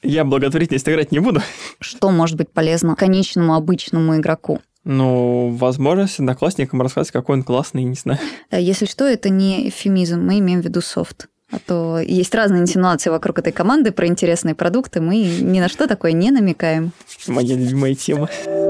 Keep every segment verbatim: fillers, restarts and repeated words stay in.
Я благотворительность играть не буду. Что может быть полезно конечному обычному игроку? Ну, возможность одноклассникам рассказать, какой он классный, не знаю. Если что, это не эвфемизм, мы имеем в виду софт. А то есть разные инсинуации вокруг этой команды про интересные продукты, мы ни на что такое не намекаем. Моя любимая тема.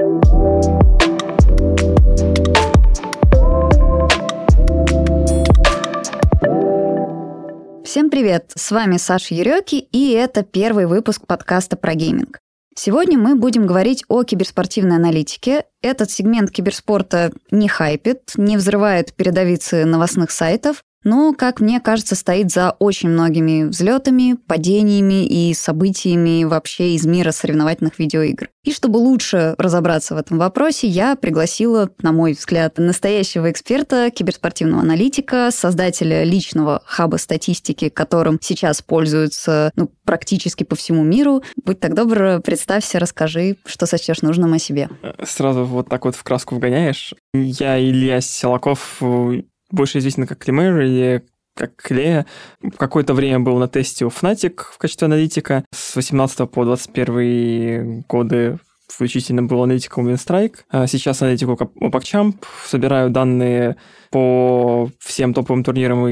Всем привет! С вами Саша Юрёки, и это первый выпуск подкаста про гейминг. Сегодня мы будем говорить о киберспортивной аналитике. Этот сегмент киберспорта не хайпит, не взрывает передовицы новостных сайтов, но, как мне кажется, стоит за очень многими взлетами, падениями и событиями вообще из мира соревновательных видеоигр. И чтобы лучше разобраться в этом вопросе, я пригласила, на мой взгляд, настоящего эксперта, киберспортивного аналитика, создателя личного хаба статистики, которым сейчас пользуются ну, практически по всему миру. Будь так добр, представься, расскажи, что сочтешь нужным о себе. Сразу вот так вот в краску вгоняешь. Я Илья Силаков, больше известен как Климер или как Клея. Какое-то время был на тесте у Fnatic в качестве аналитика. С восемнадцатого по двадцать первый годы включительно был аналитиком у Winstrike. А сейчас аналитик у PogChamp. Собираю данные по всем топовым турнирам и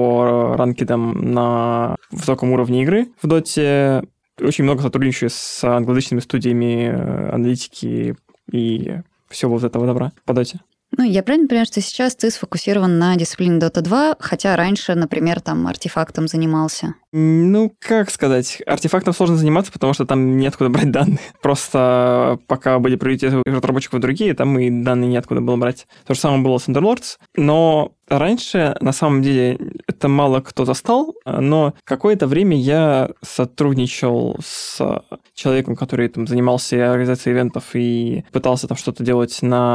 по ранкедам на высоком уровне игры в доте. Очень много сотрудничаю с англоязычными студиями аналитики и всего вот этого добра по доте. Ну, я правильно понимаю, что сейчас ты сфокусирован на дисциплине Дота два, хотя раньше, например, там артефактом занимался? Ну, как сказать, артефактом сложно заниматься, потому что там неоткуда брать данные. Просто пока были приоритеты у разработчиков другие, там и данные неоткуда было брать. То же самое было с Underlords, но раньше, на самом деле, это мало кто застал, но какое-то время я сотрудничал с человеком, который там занимался организацией ивентов и пытался там что-то делать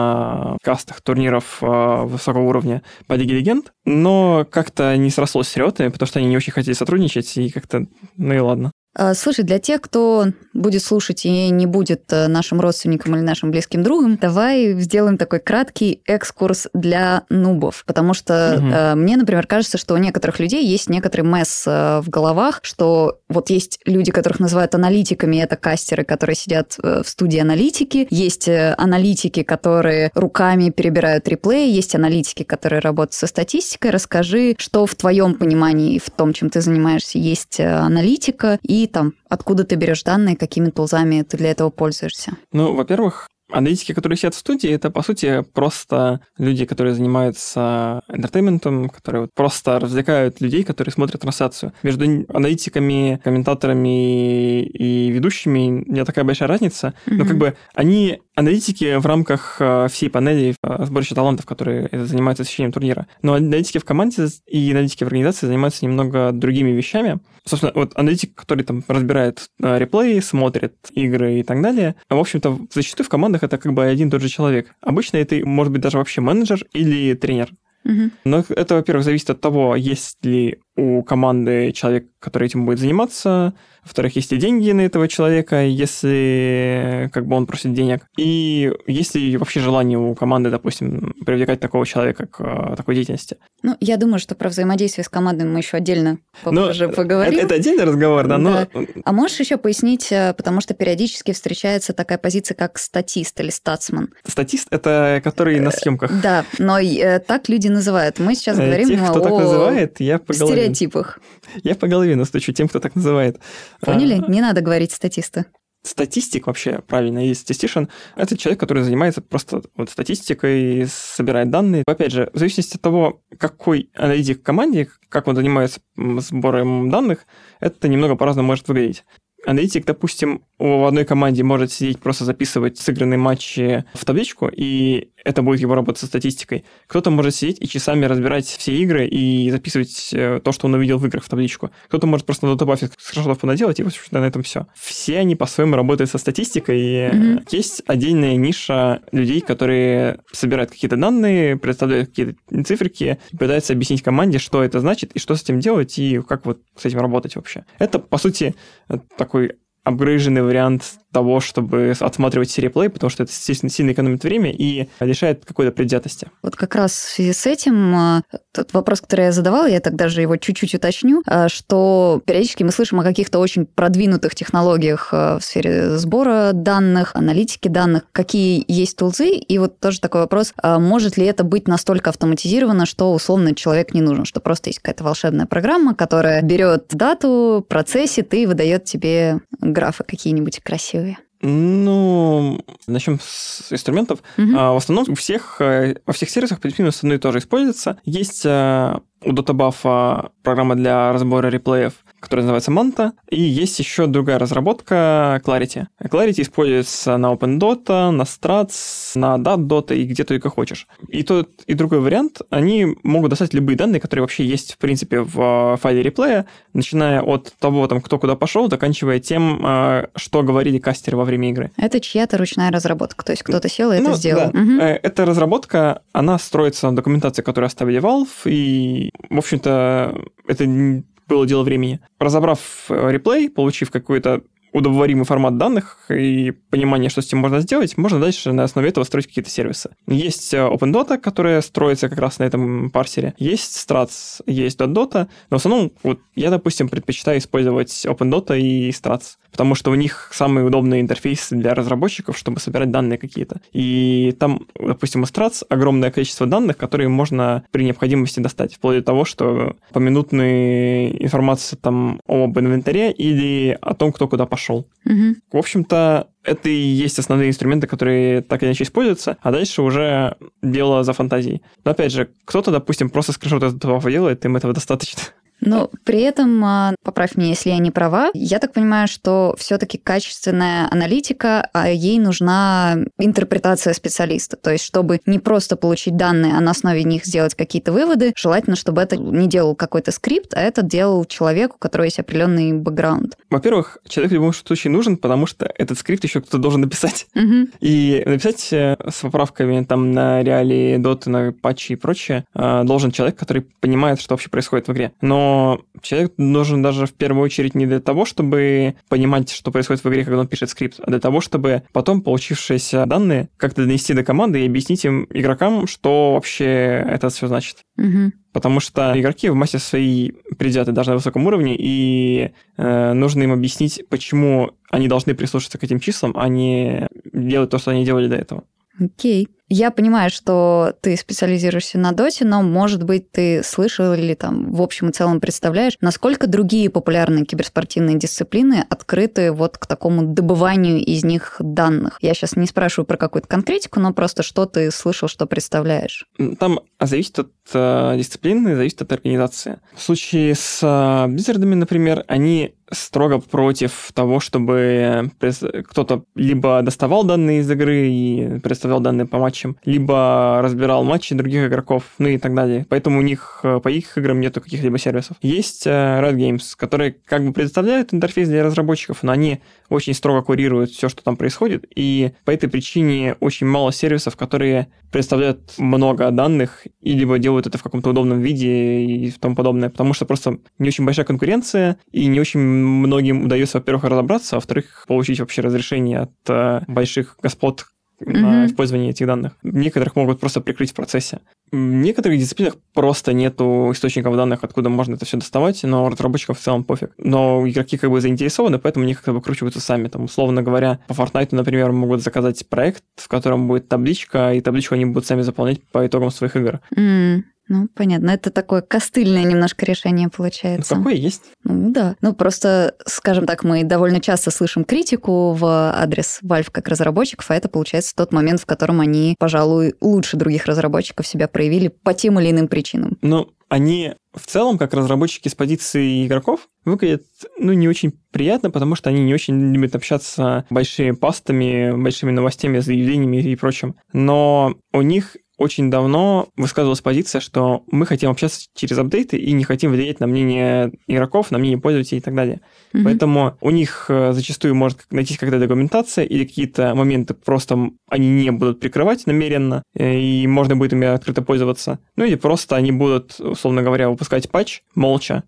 на кастах турниров высокого уровня по Лиге Легенд, но как-то не срослось с ребятами, потому что они не очень хотели сотрудничать, и как-то, ну и ладно. Слушай, для тех, кто будет слушать и не будет нашим родственникам или нашим близким другом, давай сделаем такой краткий экскурс для нубов. Потому что угу. мне, например, кажется, что у некоторых людей есть некоторый месс в головах, что вот есть люди, которых называют аналитиками, это кастеры, которые сидят в студии аналитики, есть аналитики, которые руками перебирают реплеи, есть аналитики, которые работают со статистикой. Расскажи, что в твоем понимании, в том, чем ты занимаешься, есть аналитика, и там, откуда ты берешь данные, какими тулзами ты для этого пользуешься? Ну, во-первых, аналитики, которые сидят в студии, это, по сути, просто люди, которые занимаются энтертейментом, которые вот просто развлекают людей, которые смотрят трансляцию. Между аналитиками, комментаторами и ведущими не такая большая разница, mm-hmm. но как бы они аналитики в рамках всей панели сборища талантов, которые занимаются освещением турнира. Но аналитики в команде и аналитики в организации занимаются немного другими вещами. Собственно, вот аналитик, который там разбирает реплеи, смотрит игры и так далее, в общем-то, зачастую в командах это как бы один и тот же человек. Обычно это может быть даже вообще менеджер или тренер. Угу. Но это, во-первых, зависит от того, есть ли у команды человек, который этим будет заниматься, во-вторых, есть ли деньги на этого человека, если как бы он просит денег, и есть ли вообще желание у команды, допустим, привлекать такого человека к такой деятельности. Ну, я думаю, что про взаимодействие с командой мы еще отдельно попозже поговорим. Это, это отдельный разговор, да, но... Да. А можешь еще пояснить, потому что периодически встречается такая позиция, как статист или статсман. Статист — это который на съемках. Да, но так люди называют. Мы сейчас говорим Тех, кто о так называет, я по голове. Стереотипах. Я по голове настучу тем, кто так называет. Поняли? Не надо говорить статисты. Статистик вообще, правильно, есть статистician. Это человек, который занимается просто вот статистикой, собирает данные. Опять же, в зависимости от того, какой аналитик в команде, как он занимается сбором данных, это немного по-разному может выглядеть. Аналитик, допустим, в одной команде может сидеть, просто записывать сыгранные матчи в табличку, и это будет его работа со статистикой. Кто-то может сидеть и часами разбирать все игры и записывать то, что он увидел в играх, в табличку. Кто-то может просто на датабафе скриншотов понаделать, и вот на этом все. Все они по-своему работают со статистикой. Mm-hmm. Есть отдельная ниша людей, которые собирают какие-то данные, представляют какие-то циферки, пытаются объяснить команде, что это значит, и что с этим делать, и как вот с этим работать вообще. Это, по сути, такой апгрейженный вариант того, чтобы отсматривать сериплей, потому что это сильно экономит время и лишает какой-то предвзятости. Вот как раз в связи с этим тот вопрос, который я задавала, я так даже его чуть-чуть уточню, что периодически мы слышим о каких-то очень продвинутых технологиях в сфере сбора данных, аналитики данных, какие есть тулзы, и вот тоже такой вопрос, может ли это быть настолько автоматизировано, что условно человек не нужен, что просто есть какая-то волшебная программа, которая берет дату, процессит и выдает тебе графы какие-нибудь красивые. Ну, начнем с инструментов. Uh-huh. В основном у всех, во всех сервисах плюс-минус одно и то же используется. Есть у DataBuff программа для разбора реплеев, которая называется Manta, и есть еще другая разработка Clarity. Clarity используется на OpenData, на Strats, на DatData и где только хочешь. И тот, и другой вариант, они могут достать любые данные, которые вообще есть, в принципе, в файле реплея, начиная от того, там, кто куда пошел, заканчивая тем, что говорили кастеры во время игры. Это чья-то ручная разработка, то есть кто-то сел и ну, это сделал. Да. Угу. Эта разработка, она строится на документации, которую оставили Valve, и, в общем-то, это было дело времени. Разобрав реплей, получив какой-то удобоваримый формат данных и понимание, что с этим можно сделать, можно дальше на основе этого строить какие-то сервисы. Есть OpenData, которая строится как раз на этом парсере. Есть Strats, есть DotData, но в основном вот я, допустим, предпочитаю использовать OpenData и Strats, потому что у них самый удобный интерфейс для разработчиков, чтобы собирать данные какие-то. И там, допустим, у Strats огромное количество данных, которые можно при необходимости достать, вплоть до того, что поминутная информация там об инвентаре или о том, кто куда пошел. Угу. В общем-то, это и есть основные инструменты, которые так или иначе используются, а дальше уже дело за фантазией. Но опять же, кто-то, допустим, просто скриншот из этого делает, им этого достаточно. Но при этом, поправь меня, если я не права, я так понимаю, что все-таки качественная аналитика, а ей нужна интерпретация специалиста. То есть, чтобы не просто получить данные, а на основе них сделать какие-то выводы, желательно, чтобы это не делал какой-то скрипт, а это делал человек, у которого есть определенный бэкграунд. Во-первых, человек в любом случае нужен, потому что этот скрипт еще кто-то должен написать. Угу. И написать с поправками там на реалии, доты, на патчи и прочее должен человек, который понимает, что вообще происходит в игре. Но Но человек нужен даже в первую очередь не для того, чтобы понимать, что происходит в игре, когда он пишет скрипт, а для того, чтобы потом получившиеся данные как-то донести до команды и объяснить им, игрокам, что вообще это все значит. Угу. Потому что игроки в массе своей предвзяты даже на высоком уровне, и э, нужно им объяснить, почему они должны прислушаться к этим числам, а не делать то, что они делали до этого. Окей. Я понимаю, что ты специализируешься на доте, но, может быть, ты слышал или там в общем и целом представляешь, насколько другие популярные киберспортивные дисциплины открыты вот к такому добыванию из них данных. Я сейчас не спрашиваю про какую-то конкретику, но просто что ты слышал, что представляешь. Там зависит от э, дисциплины, зависит от организации. В случае с э, Blizzard'ами, например, они строго против того, чтобы кто-то либо доставал данные из игры и представлял данные по матчам, либо разбирал матчи других игроков, ну и так далее. Поэтому у них по их играм нету каких-либо сервисов. Есть Riot Games, которые как бы предоставляют интерфейс для разработчиков, но они очень строго курируют все, что там происходит, и по этой причине очень мало сервисов, которые представляют много данных и либо делают это в каком-то удобном виде и тому подобное, потому что просто не очень большая конкуренция, и не очень многим удается, во-первых, разобраться, а во-вторых, получить вообще разрешение от э, больших господ на mm-hmm. использование этих данных. Некоторых могут просто прикрыть в процессе. В некоторых дисциплинах просто нету источников данных, откуда можно это все доставать, но разработчикам в целом пофиг. Но игроки как бы заинтересованы, поэтому они как бы выкручиваются сами. Там, условно говоря, по Fortnite, например, могут заказать проект, в котором будет табличка, и табличку они будут сами заполнять по итогам своих игр. Mm. Ну, понятно. Это такое костыльное немножко решение получается. Ну, какое есть? Ну, да. Ну, просто, скажем так, мы довольно часто слышим критику в адрес Valve как разработчиков, а это, получается, тот момент, в котором они, пожалуй, лучше других разработчиков себя проявили по тем или иным причинам. Ну, они в целом, как разработчики с позиции игроков, выглядят, ну, не очень приятно, потому что они не очень любят общаться большими пастами, большими новостями, заявлениями и прочим. Но у них очень давно высказывалась позиция, что мы хотим общаться через апдейты и не хотим влиять на мнение игроков, на мнение пользователей и так далее. Mm-hmm. Поэтому у них зачастую может найтись какая-то документация или какие-то моменты просто они не будут прикрывать намеренно, и можно будет ими открыто пользоваться. Ну или просто они будут, условно говоря, выпускать патч молча,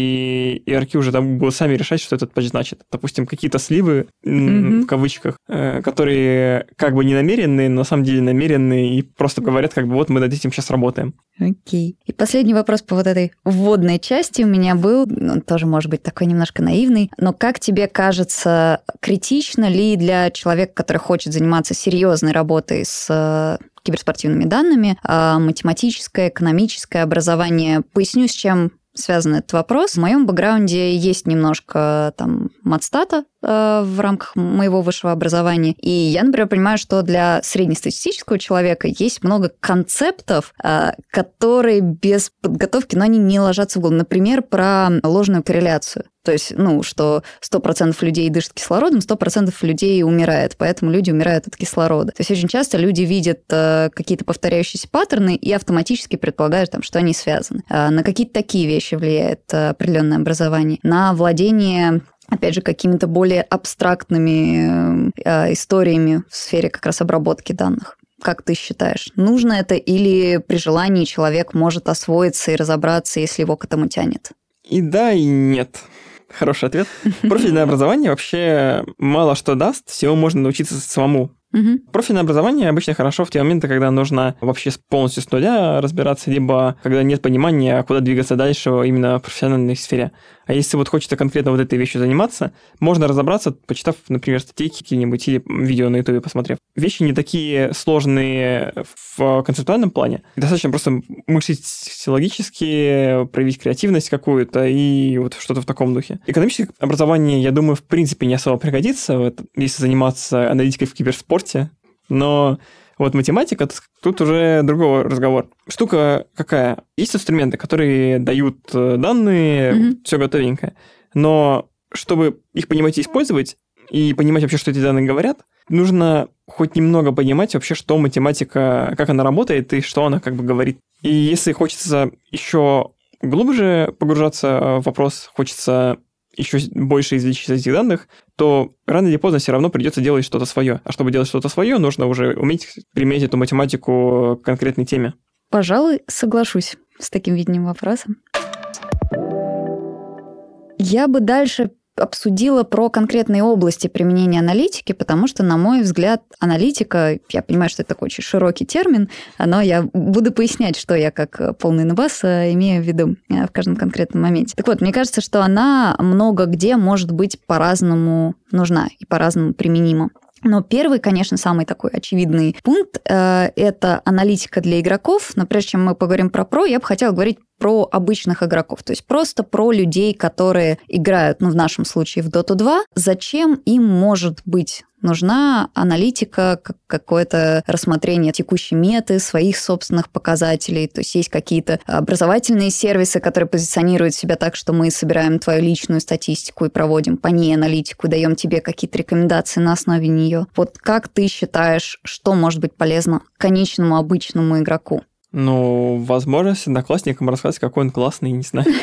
и игроки уже там будут сами решать, что этот патч значит. Допустим, какие-то сливы, mm-hmm. в кавычках, которые как бы не намеренные, но на самом деле намеренные, и просто говорят, как бы вот мы над этим сейчас работаем. Окей. И последний вопрос по вот этой вводной части у меня был, он тоже может быть такой немножко наивный, но как тебе кажется, критично ли для человека, который хочет заниматься серьезной работой с киберспортивными данными, математическое, экономическое образование? Поясню, с чем связан этот вопрос. В моем бэкграунде есть немножко там матстата э, в рамках моего высшего образования. И я, например, понимаю, что для среднестатистического человека есть много концептов, э, которые без подготовки, но они не ложатся в голову. Например, про ложную корреляцию. То есть, ну, что сто процентов людей дышат кислородом, сто процентов людей умирает, поэтому люди умирают от кислорода. То есть очень часто люди видят э, какие-то повторяющиеся паттерны и автоматически предполагают, там, что они связаны. Э, на какие-то такие вещи влияет э, определенное образование. На владение, опять же, какими-то более абстрактными э, историями в сфере как раз обработки данных. Как ты считаешь, нужно это или при желании человек может освоиться и разобраться, если его к этому тянет? И да, и нет. Хороший ответ. Профильное образование вообще мало что даст, всего можно научиться самому. Угу. Профильное образование обычно хорошо в те моменты, когда нужно вообще полностью с нуля разбираться, либо когда нет понимания, куда двигаться дальше именно в профессиональной сфере. А если вот хочется конкретно вот этой вещью заниматься, можно разобраться, почитав, например, статьи какие-нибудь или видео на Ютубе посмотрев. Вещи не такие сложные в концептуальном плане. Достаточно просто мыслить логически, проявить креативность какую-то и вот что-то в таком духе. Экономическое образование, я думаю, в принципе не особо пригодится, вот, если заниматься аналитикой в киберспорте, но вот математика, тут уже другой разговор. Штука какая? Есть инструменты, которые дают данные, mm-hmm. все готовенькое, но чтобы их понимать и использовать, и понимать вообще, что эти данные говорят, нужно хоть немного понимать вообще, что математика, как она работает и что она как бы говорит. И если хочется еще глубже погружаться в вопрос, хочется еще больше извлечь из этих данных, то рано или поздно все равно придется делать что-то свое. А чтобы делать что-то свое, нужно уже уметь применять эту математику к конкретной теме. Пожалуй, соглашусь с таким видением вопроса. Я бы дальше обсудила про конкретные области применения аналитики, потому что, на мой взгляд, аналитика, я понимаю, что это такой очень широкий термин, но я буду пояснять, что я как полный нубас имею в виду в каждом конкретном моменте. Так вот, мне кажется, что она много где может быть по-разному нужна и по-разному применима. Но первый, конечно, самый такой очевидный пункт э, – это аналитика для игроков. Но прежде чем мы поговорим про про, я бы хотела говорить про обычных игроков. То есть просто про людей, которые играют, ну, в нашем случае, в доту два. Зачем им может быть нужна аналитика, как какое-то рассмотрение текущей меты, своих собственных показателей. То есть есть какие-то образовательные сервисы, которые позиционируют себя так, что мы собираем твою личную статистику и проводим по ней аналитику, даем тебе какие-то рекомендации на основе нее. Вот как ты считаешь, что может быть полезно конечному обычному игроку? Ну, возможность одноклассникам рассказать, какой он классный, не знаю.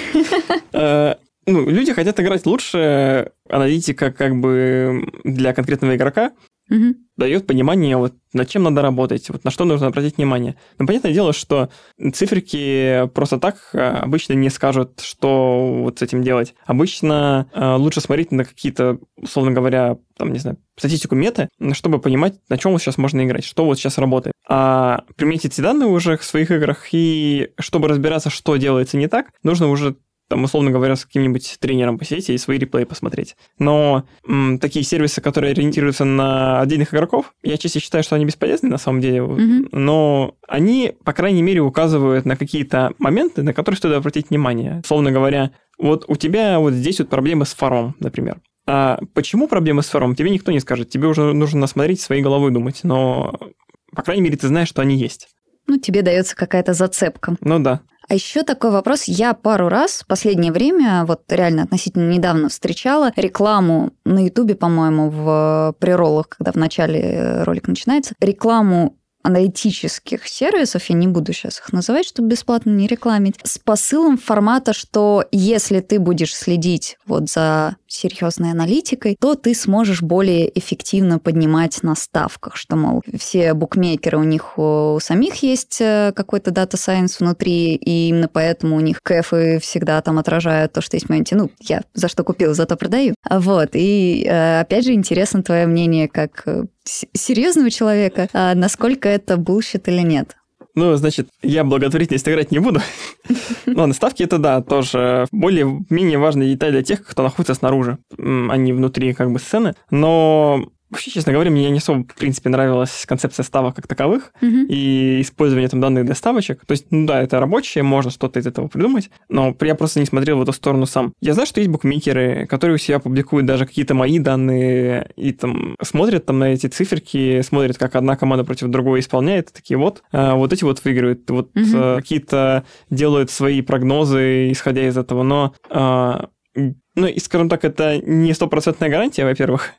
Ну, люди хотят играть лучше, аналитика как бы для конкретного игрока угу. дает понимание, вот над чем надо работать, вот на что нужно обратить внимание. Но понятное дело, что циферки просто так обычно не скажут, что вот с этим делать. Обычно э, лучше смотреть на какие-то, условно говоря, там, не знаю, статистику меты, чтобы понимать, на чем вот сейчас можно играть, что вот сейчас работает. А применить эти данные уже в своих играх, и чтобы разбираться, что делается не так, нужно уже там, условно говоря, с каким-нибудь тренером посидеть и свои реплеи посмотреть. Но м, такие сервисы, которые ориентируются на отдельных игроков, я честно считаю, что они бесполезны на самом деле, mm-hmm. но они, по крайней мере, указывают на какие-то моменты, на которые стоит обратить внимание. Условно говоря, вот у тебя вот здесь вот проблемы с фаром, например. А почему проблемы с фаром, тебе никто не скажет. Тебе уже нужно смотреть своей головой думать, но, по крайней мере, ты знаешь, что они есть. Ну, тебе дается какая-то зацепка. Ну да. А еще такой вопрос. Я пару раз в последнее время, вот реально относительно недавно встречала рекламу на Ютубе, по-моему, в прероллах, когда в начале ролик начинается, рекламу аналитических сервисов, я не буду сейчас их называть, чтобы бесплатно не рекламить, с посылом формата, что если ты будешь следить вот за серьезной аналитикой, то ты сможешь более эффективно поднимать на ставках, что, мол, все букмекеры, у них у самих есть какой-то дата сайенс внутри, и именно поэтому у них кэфы всегда там отражают то, что есть в моменте. Ну, я за что купил, зато продаю. Вот, и опять же, интересно твое мнение как серьезного человека, насколько это булщит или нет. Ну, значит, я благотворительность играть не буду. Ладно, ставки это да, тоже более-менее важная деталь для тех, кто находится снаружи, а не внутри как бы сцены. Но вообще, честно говоря, мне не особо, в принципе, нравилась концепция ставок как таковых uh-huh. и использование там данных для ставочек. То есть, ну да, это рабочее, можно что-то из этого придумать, но я просто не смотрел в эту сторону сам. Я знаю, что есть букмекеры, которые у себя публикуют даже какие-то мои данные и там смотрят там на эти циферки, смотрят, как одна команда против другой исполняет, и такие вот, а, вот эти вот выигрывают, вот uh-huh. а, какие-то делают свои прогнозы, исходя из этого, но, а, ну, и, скажем так, это не стопроцентная гарантия, во-первых.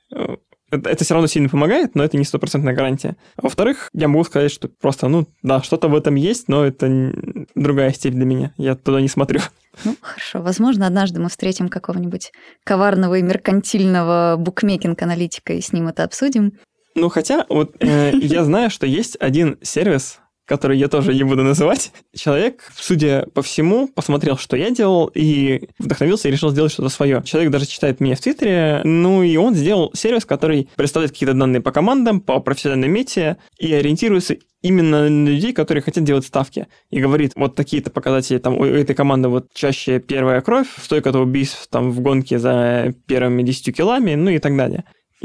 Это все равно сильно помогает, но это не стопроцентная гарантия. А во-вторых, я могу сказать, что просто, ну, да, что-то в этом есть, но это другая степь для меня. Я туда не смотрю. Ну, хорошо. Возможно, однажды мы встретим какого-нибудь коварного и меркантильного букмекинг-аналитика и с ним это обсудим. Ну, хотя, вот э, я знаю, что есть один сервис, который я тоже не буду называть. Человек, судя по всему, посмотрел, что я делал, и вдохновился и решил сделать что-то свое. Человек даже читает меня в Твиттере, ну и он сделал сервис, который представляет какие-то данные по командам, по профессиональной мете, и ориентируется именно на людей, которые хотят делать ставки. И говорит, вот такие-то показатели, там, у этой команды вот чаще первая кровь, стойка от убийств там в гонке за первыми десятью килами, ну и так далее.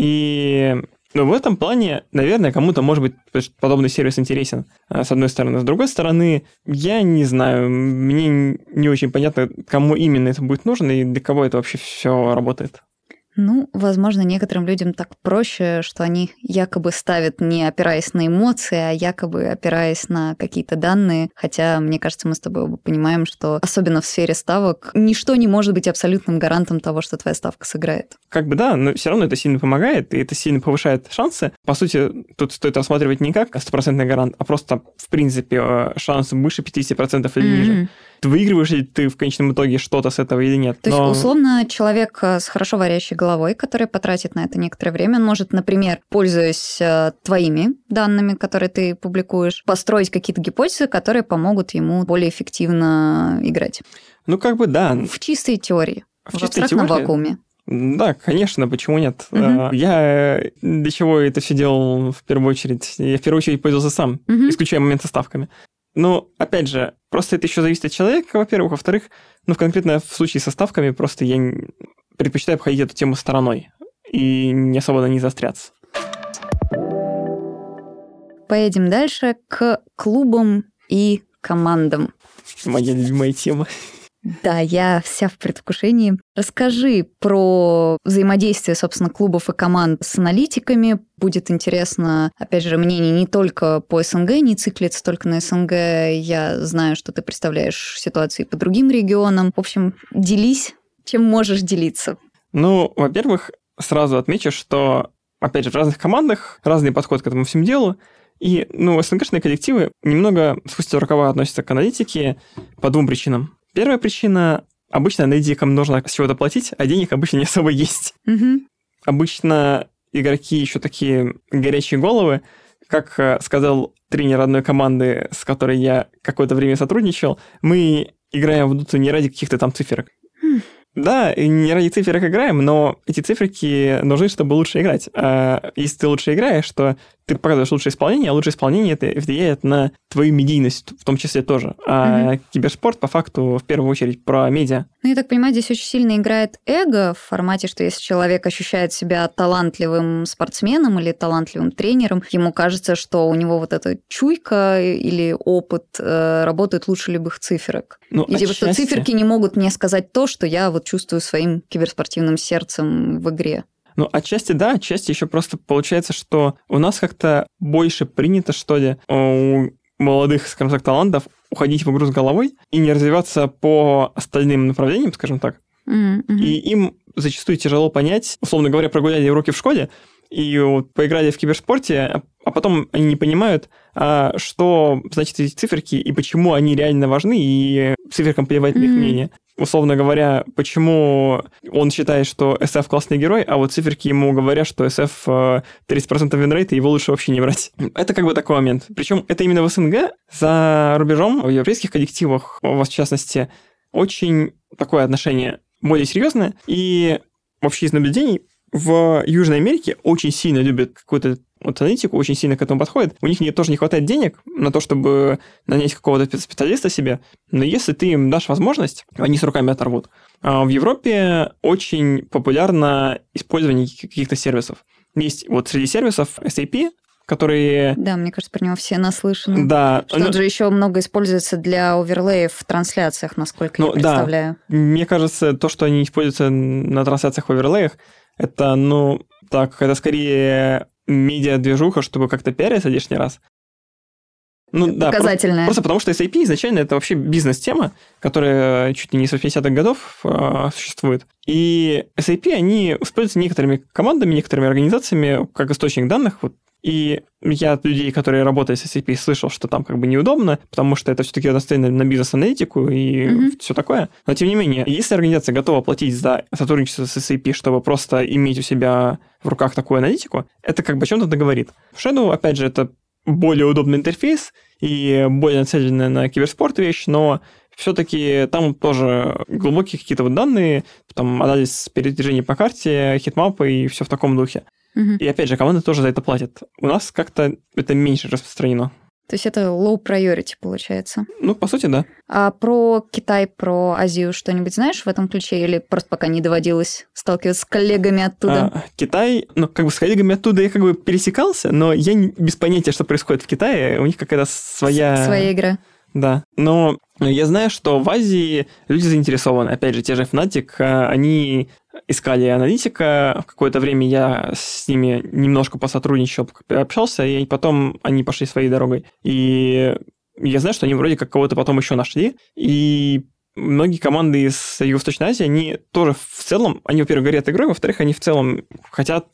И... Но в этом плане, наверное, кому-то, может быть, подобный сервис интересен, с одной стороны. С другой стороны, я не знаю, мне не очень понятно, кому именно это будет нужно и для кого это вообще все работает. Ну, возможно, некоторым людям так проще, что они якобы ставят не опираясь на эмоции, а якобы опираясь на какие-то данные. Хотя, мне кажется, мы с тобой оба понимаем, что особенно в сфере ставок ничто не может быть абсолютным гарантом того, что твоя ставка сыграет. Как бы да, но все равно это сильно помогает, и это сильно повышает шансы. По сути, тут стоит рассматривать не как стопроцентный гарант, а просто, в принципе, шанс выше пятьдесят процентов или mm-hmm. ниже. Ты выигрываешь ли ты в конечном итоге что-то с этого или нет. То но... есть, условно, человек с хорошо варящей головой, который потратит на это некоторое время, он может, например, пользуясь твоими данными, которые ты публикуешь, построить какие-то гипотезы, которые помогут ему более эффективно играть. Ну, как бы да. В чистой теории. В, в чистой теории? Вакууме. Да, конечно, почему нет? Uh-huh. Я для чего это все делал в первую очередь? Я в первую очередь пользовался сам, uh-huh. исключая момент со ставками. Но, опять же, просто это еще зависит от человека, во-первых. Во-вторых, ну, конкретно в случае со ставками просто я предпочитаю обходить эту тему стороной и не особо на ней заостряться. Поедем дальше к клубам и командам. Моя любимая тема. Да, я вся в предвкушении. Расскажи про взаимодействие, собственно, клубов и команд с аналитиками. Будет интересно, опять же, мнение не только по СНГ, не циклиться только на СНГ. Я знаю, что ты представляешь ситуации по другим регионам. В общем, делись, чем можешь делиться. Ну, во-первых, сразу отмечу, что, опять же, в разных командах разный подход к этому всему делу. И, ну, СНГшные коллективы немного спустя рукава относятся к аналитике по двум причинам. Первая причина – обычно аналитикам нужно с чего-то платить, а денег обычно не особо есть. Mm-hmm. Обычно игроки еще такие горячие головы. Как сказал тренер одной команды, с которой я какое-то время сотрудничал, мы играем в доту не ради каких-то там циферок. Mm. Да, и не ради циферок играем, но эти циферки нужны, чтобы лучше играть. А если ты лучше играешь, то ты показываешь лучшее исполнение, а лучшее исполнение это влияет на твою медийность в том числе тоже. А mm-hmm. киберспорт, по факту, в первую очередь, про медиа. Ну, я так понимаю, здесь очень сильно играет эго в формате, что если человек ощущает себя талантливым спортсменом или талантливым тренером, ему кажется, что у него вот эта чуйка или опыт э, работает лучше любых циферок. Ну, и типа, что циферки не могут мне сказать то, что я вот чувствую своим киберспортивным сердцем в игре. Ну, отчасти да, отчасти еще просто получается, что у нас как-то больше принято, что ли, у молодых, скажем так, талантов уходить в игру с головой и не развиваться по остальным направлениям, скажем так. Mm-hmm. И им зачастую тяжело понять, условно говоря, прогуляли уроки в школе, и вот поиграли в киберспорте, а потом они не понимают, а что значит эти циферки и почему они реально важны, и циферкам плевать на их мнение. Условно говоря, почему он считает, что эс эф классный герой, а вот циферки ему говорят, что эс эф тридцать процентов винрейта, его лучше вообще не брать. Это как бы такой момент. Причем это именно в СНГ, за рубежом, в европейских коллективах, у вас в частности, очень такое отношение более серьезное. И вообще из наблюдений в Южной Америке очень сильно любят какую-то вот аналитику, очень сильно к этому подходит. У них не, тоже не хватает денег на то, чтобы нанять какого-то специалиста себе, но если ты им дашь возможность, они с руками оторвут. А в Европе очень популярно использование каких-то сервисов. Есть вот среди сервисов эс эй пи, которые... Да, мне кажется, про него все наслышаны. Да. Что-то но... же еще много используется для оверлеев в трансляциях, насколько ну, я представляю. Да. Мне кажется, то, что они используются на трансляциях в оверлеях, это, ну, так, это скорее медиа-движуха, чтобы как-то пиариться лишний раз. Ну, да, показательная. Просто, просто потому что эс эй пи изначально это вообще бизнес-тема, которая чуть ли не с восьмидесятых годов э, существует. И эс эй пи, они используются некоторыми командами, некоторыми организациями как источник данных. Вот. И я от людей, которые работают с эс эй пи, слышал, что там как бы неудобно, потому что это все-таки настроено на бизнес-аналитику и mm-hmm. все такое. Но тем не менее, если организация готова платить за сотрудничество с эс эй пи, чтобы просто иметь у себя в руках такую аналитику, это как бы о чем-то договорит. Shadow, опять же, это более удобный интерфейс и более нацеленная на киберспорт вещь, но все-таки там тоже глубокие какие-то вот данные, там анализ передвижений по карте, хитмапы и все в таком духе. Угу. И опять же, команды тоже за это платят. У нас как-то это меньше распространено. То есть это low priority получается? Ну, по сути, да. А про Китай, про Азию что-нибудь знаешь в этом ключе? Или просто пока не доводилось сталкиваться с коллегами оттуда? А, Китай, ну, как бы с коллегами оттуда я как бы пересекался, но я не, без понятия, что происходит в Китае. У них какая-то своя... Своя игра. Да, но я знаю, что в Азии люди заинтересованы. Опять же, те же Fnatic, они искали аналитика. В какое-то время я с ними немножко посотрудничал, общался, и потом они пошли своей дорогой. И я знаю, что они вроде как кого-то потом еще нашли. И многие команды из Юго-Восточной Азии, они тоже в целом, они, во-первых, горят игрой, во-вторых, они в целом хотят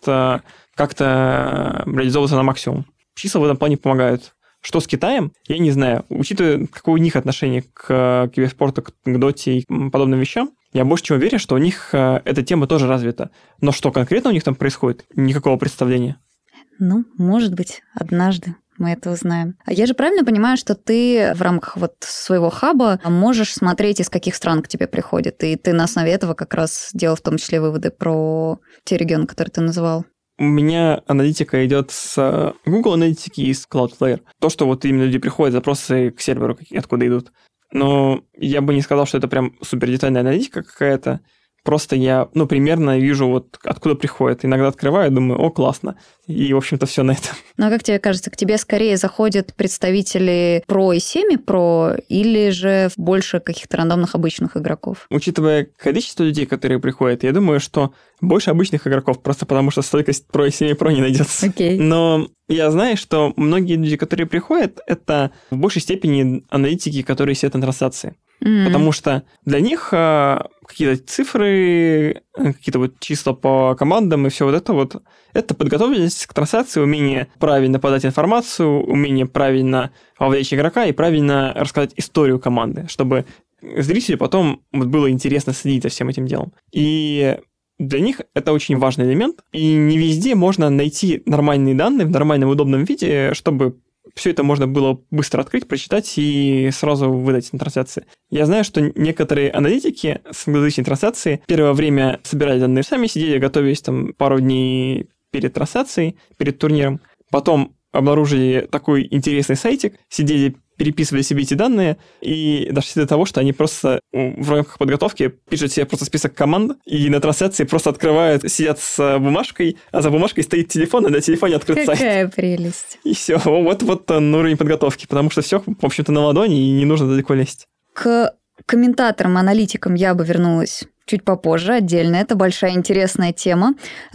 как-то реализовываться на максимум. Числа в этом плане помогают. Что с Китаем, я не знаю. Учитывая, какое у них отношение к киберспорту, к доте и подобным вещам, я больше чем уверен, что у них эта тема тоже развита. Но что конкретно у них там происходит, никакого представления. Ну, может быть, однажды мы это узнаем. А я же правильно понимаю, что ты в рамках вот своего хаба можешь смотреть, из каких стран к тебе приходят, и ты на основе этого как раз делал в том числе выводы про те регионы, которые ты называл? У меня аналитика идет с Google аналитики и с Cloudflare. То, что вот именно люди приходят, запросы к серверу, откуда идут. Но я бы не сказал, что это прям супер детальная аналитика какая-то. Просто я, ну, примерно вижу, вот откуда приходит. Иногда открываю, думаю, о, классно. И, в общем-то, все на этом. Ну, а как тебе кажется, к тебе скорее заходят представители про и семи-про или же больше каких-то рандомных обычных игроков? Учитывая количество людей, которые приходят, я думаю, что больше обычных игроков, просто потому что столько про и семи-про не найдется. Окей. Но я знаю, что многие люди, которые приходят, это в большей степени аналитики, которые сидят на трансляции. Mm-hmm. Потому что для них а, какие-то цифры, какие-то вот числа по командам и все вот это вот, это подготовленность к трансляции, умение правильно подать информацию, умение правильно вовлечь игрока и правильно рассказать историю команды, чтобы зрителю потом вот было интересно следить за всем этим делом. И для них это очень важный элемент, и не везде можно найти нормальные данные в нормальном удобном виде, чтобы все это можно было быстро открыть, прочитать и сразу выдать на трансляции. Я знаю, что некоторые аналитики с англоязычной трансляции первое время собирали данные сами, сидели, готовились там пару дней перед трансляцией, перед турниром. Потом обнаружили такой интересный сайтик, сидели, переписывали себе эти данные и дошли до того, что они просто в рамках подготовки пишут себе просто список команд и на трансляции просто открывают, сидят с бумажкой, а за бумажкой стоит телефон, и на телефоне открыт Какая сайт. Какая прелесть. И все, вот, вот он уровень подготовки, потому что все, в общем-то, на ладони, и не нужно далеко лезть. К комментаторам, аналитикам я бы вернулась чуть попозже, отдельно. Это большая интересная тема.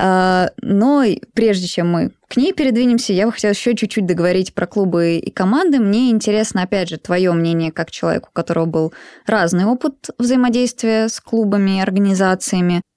Но прежде чем мы к ней передвинемся, я бы хотела еще чуть-чуть договорить про клубы и команды. Мне интересно, опять же, твое мнение как человеку, у которого был разный опыт взаимодействия с клубами и организациями.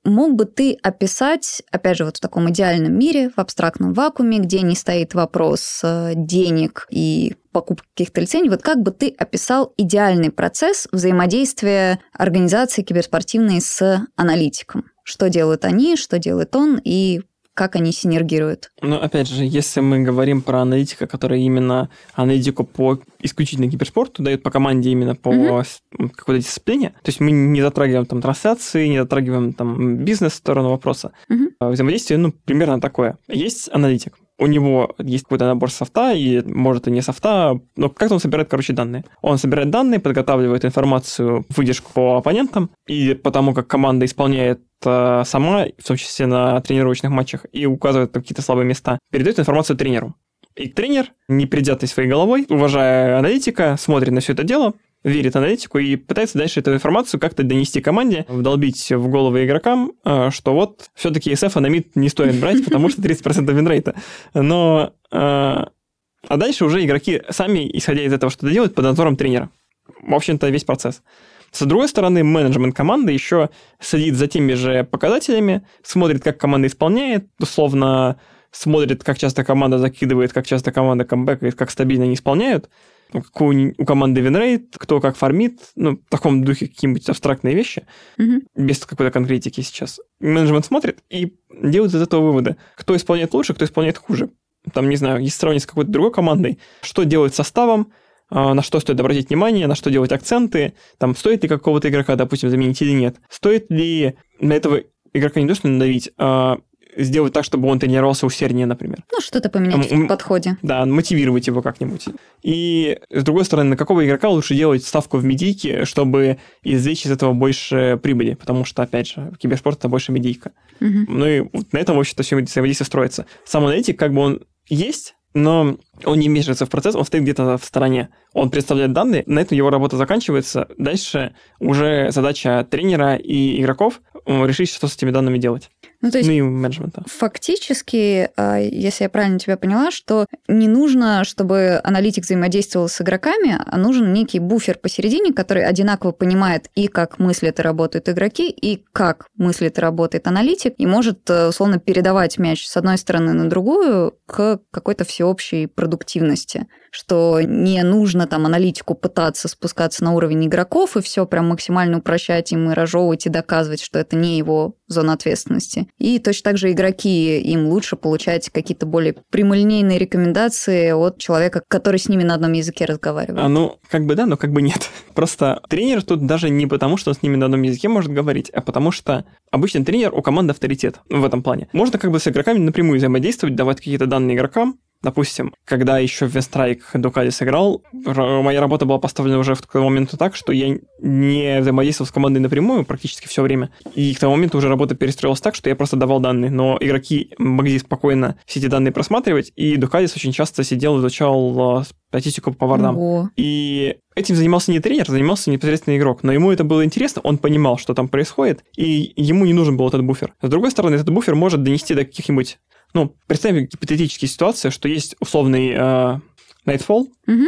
мог бы ты описать, опять же, вот в таком идеальном мире, в абстрактном вакууме, где не стоит вопрос денег и покупки каких-то лицензий, вот как бы ты описал идеальный процесс взаимодействия организации киберспортивной с аналитиком? Что делают они, что делает он, и как они синергируют? Ну, опять же, если мы говорим про аналитика, который именно аналитику по исключительно киберспорту дает по команде именно по mm-hmm. какой-то дисциплине, то есть мы не затрагиваем там трансляции, не затрагиваем там бизнес-сторону вопроса. Mm-hmm. Взаимодействие, ну, примерно такое. Есть аналитик. У него есть какой-то набор софта, и может и не софта, но как-то он собирает, короче, данные. Он собирает данные, подготавливает информацию, выдержку по оппонентам, и потому как команда исполняет э, сама, в том числе на тренировочных матчах, и указывает какие-то слабые места, передает информацию тренеру. И тренер, не придятой своей головой, уважая аналитика, смотрит на все это дело, верит аналитику и пытается дальше эту информацию как-то донести команде, вдолбить в головы игрокам, что вот все-таки эс эф на мид не стоит брать, потому что тридцать процентов винрейта. Но... А дальше уже игроки сами, исходя из этого, что-то делают под надзором тренера. В общем-то, весь процесс. С другой стороны, менеджмент команды еще следит за теми же показателями, смотрит, как команда исполняет, условно смотрит, как часто команда закидывает, как часто команда камбэкает, как стабильно они исполняют, какой у команды винрейт, кто как фармит, ну, в таком духе какие-нибудь абстрактные вещи, mm-hmm. без какой-то конкретики сейчас. Менеджмент смотрит и делает из этого выводы, кто исполняет лучше, кто исполняет хуже. Там, не знаю, если сравнить с какой-то другой командой, что делать с составом, на что стоит обратить внимание, на что делать акценты, там, стоит ли какого-то игрока, допустим, заменить или нет, стоит ли на этого игрока не то, что надавить, а сделать так, чтобы он тренировался усерднее, например. Ну, что-то поменять в подходе. Да, мотивировать его как-нибудь. И, с другой стороны, на какого игрока лучше делать ставку в медийке, чтобы извлечь из этого больше прибыли, потому что, опять же, киберспорт – это больше медийка. Угу. Ну и вот на этом, в общем-то, все взаимодействие строится. Сам аналитик, как бы он есть, но он не вмешивается в процесс, он стоит где-то в стороне. Он представляет данные, на этом его работа заканчивается. Дальше уже задача тренера и игроков решить, что с этими данными делать. Ну, то есть, ну и менеджмента. Фактически, если я правильно тебя поняла, что не нужно, чтобы аналитик взаимодействовал с игроками, а нужен некий буфер посередине, который одинаково понимает и как мыслят и работают игроки, и как мыслит и работает аналитик, и может, условно, передавать мяч с одной стороны на другую к какой-то всеобщей продуктивности, что не нужно там аналитику пытаться спускаться на уровень игроков и все прям максимально упрощать им и разжевывать и доказывать, что это не его зона ответственности. И точно так же игроки, им лучше получать какие-то более прямолинейные рекомендации от человека, который с ними на одном языке разговаривает. А, ну, как бы да, но как бы нет. Просто тренер тут даже не потому, что он с ними на одном языке может говорить, а потому что обычно тренер у команды авторитет в этом плане. Можно как бы с игроками напрямую взаимодействовать, давать какие-то данные игрокам. Допустим, когда еще в Винстрайк Дукали сыграл, моя работа была поставлена уже в тот момент так, что я не взаимодействовал с командой напрямую практически все время. И к тому моменту уже работа перестроилась так, что я просто давал данные, но игроки могли спокойно все эти данные просматривать, и Дукалис очень часто сидел, изучал статистику по вардам. Ого. И этим занимался не тренер, занимался непосредственно игрок, но ему это было интересно, он понимал, что там происходит, и ему не нужен был этот буфер. С другой стороны, этот буфер может донести до каких-нибудь... Ну, представим гипотетические ситуации, что есть условный э, Nightfall, угу.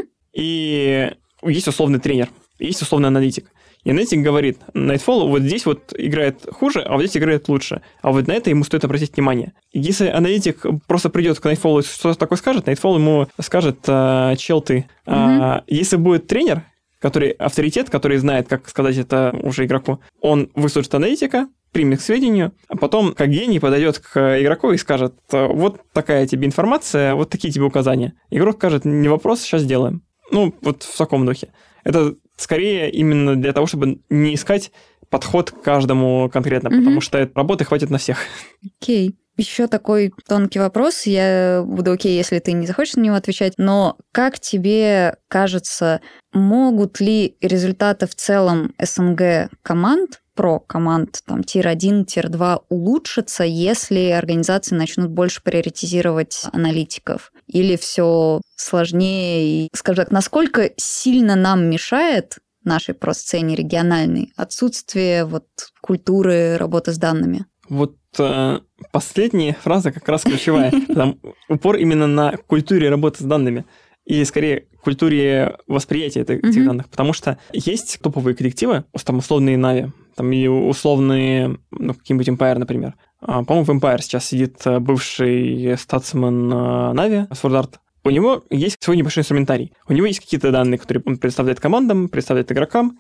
и есть условный тренер, есть условный аналитик. И аналитик говорит, Nightfall вот здесь вот играет хуже, а вот здесь играет лучше. А вот на это ему стоит обратить внимание. Если аналитик просто придет к Nightfall и что-то такое скажет, Nightfall ему скажет, э, чел ты. Угу. А если будет тренер, который авторитет, который знает, как сказать это уже игроку, он выслушает аналитика, примет к сведению, а потом, как гений, подойдет к игроку и скажет, вот такая тебе информация, вот такие тебе указания. Игрок скажет, не вопрос, сейчас сделаем. Ну, вот в таком духе. Это скорее именно для того, чтобы не искать подход к каждому конкретно, mm-hmm. потому что работы хватит на всех. Окей. Okay. Еще такой тонкий вопрос. Я буду окей, если ты не захочешь на него отвечать. Но как тебе кажется, могут ли результаты в целом эс эн гэ команд, про команд там тир один, тир два улучшиться, если организации начнут больше приоритизировать аналитиков? Или все сложнее? И, скажем так, насколько сильно нам мешает нашей про-сцене региональной отсутствие вот культуры работы с данными? Вот э, последняя фраза как раз ключевая. Там упор именно на культуре работы с данными. и скорее культуре восприятия этих Mm-hmm. данных. Потому что есть топовые коллективы, там условные Na'Vi, там и условные, ну, какие-нибудь Empire, например. А, по-моему, в Empire сейчас сидит бывший статсмен Na'Vi, Sword Art. У него есть свой небольшой инструментарий. У него есть какие-то данные, которые он предоставляет командам, предоставляет игрокам,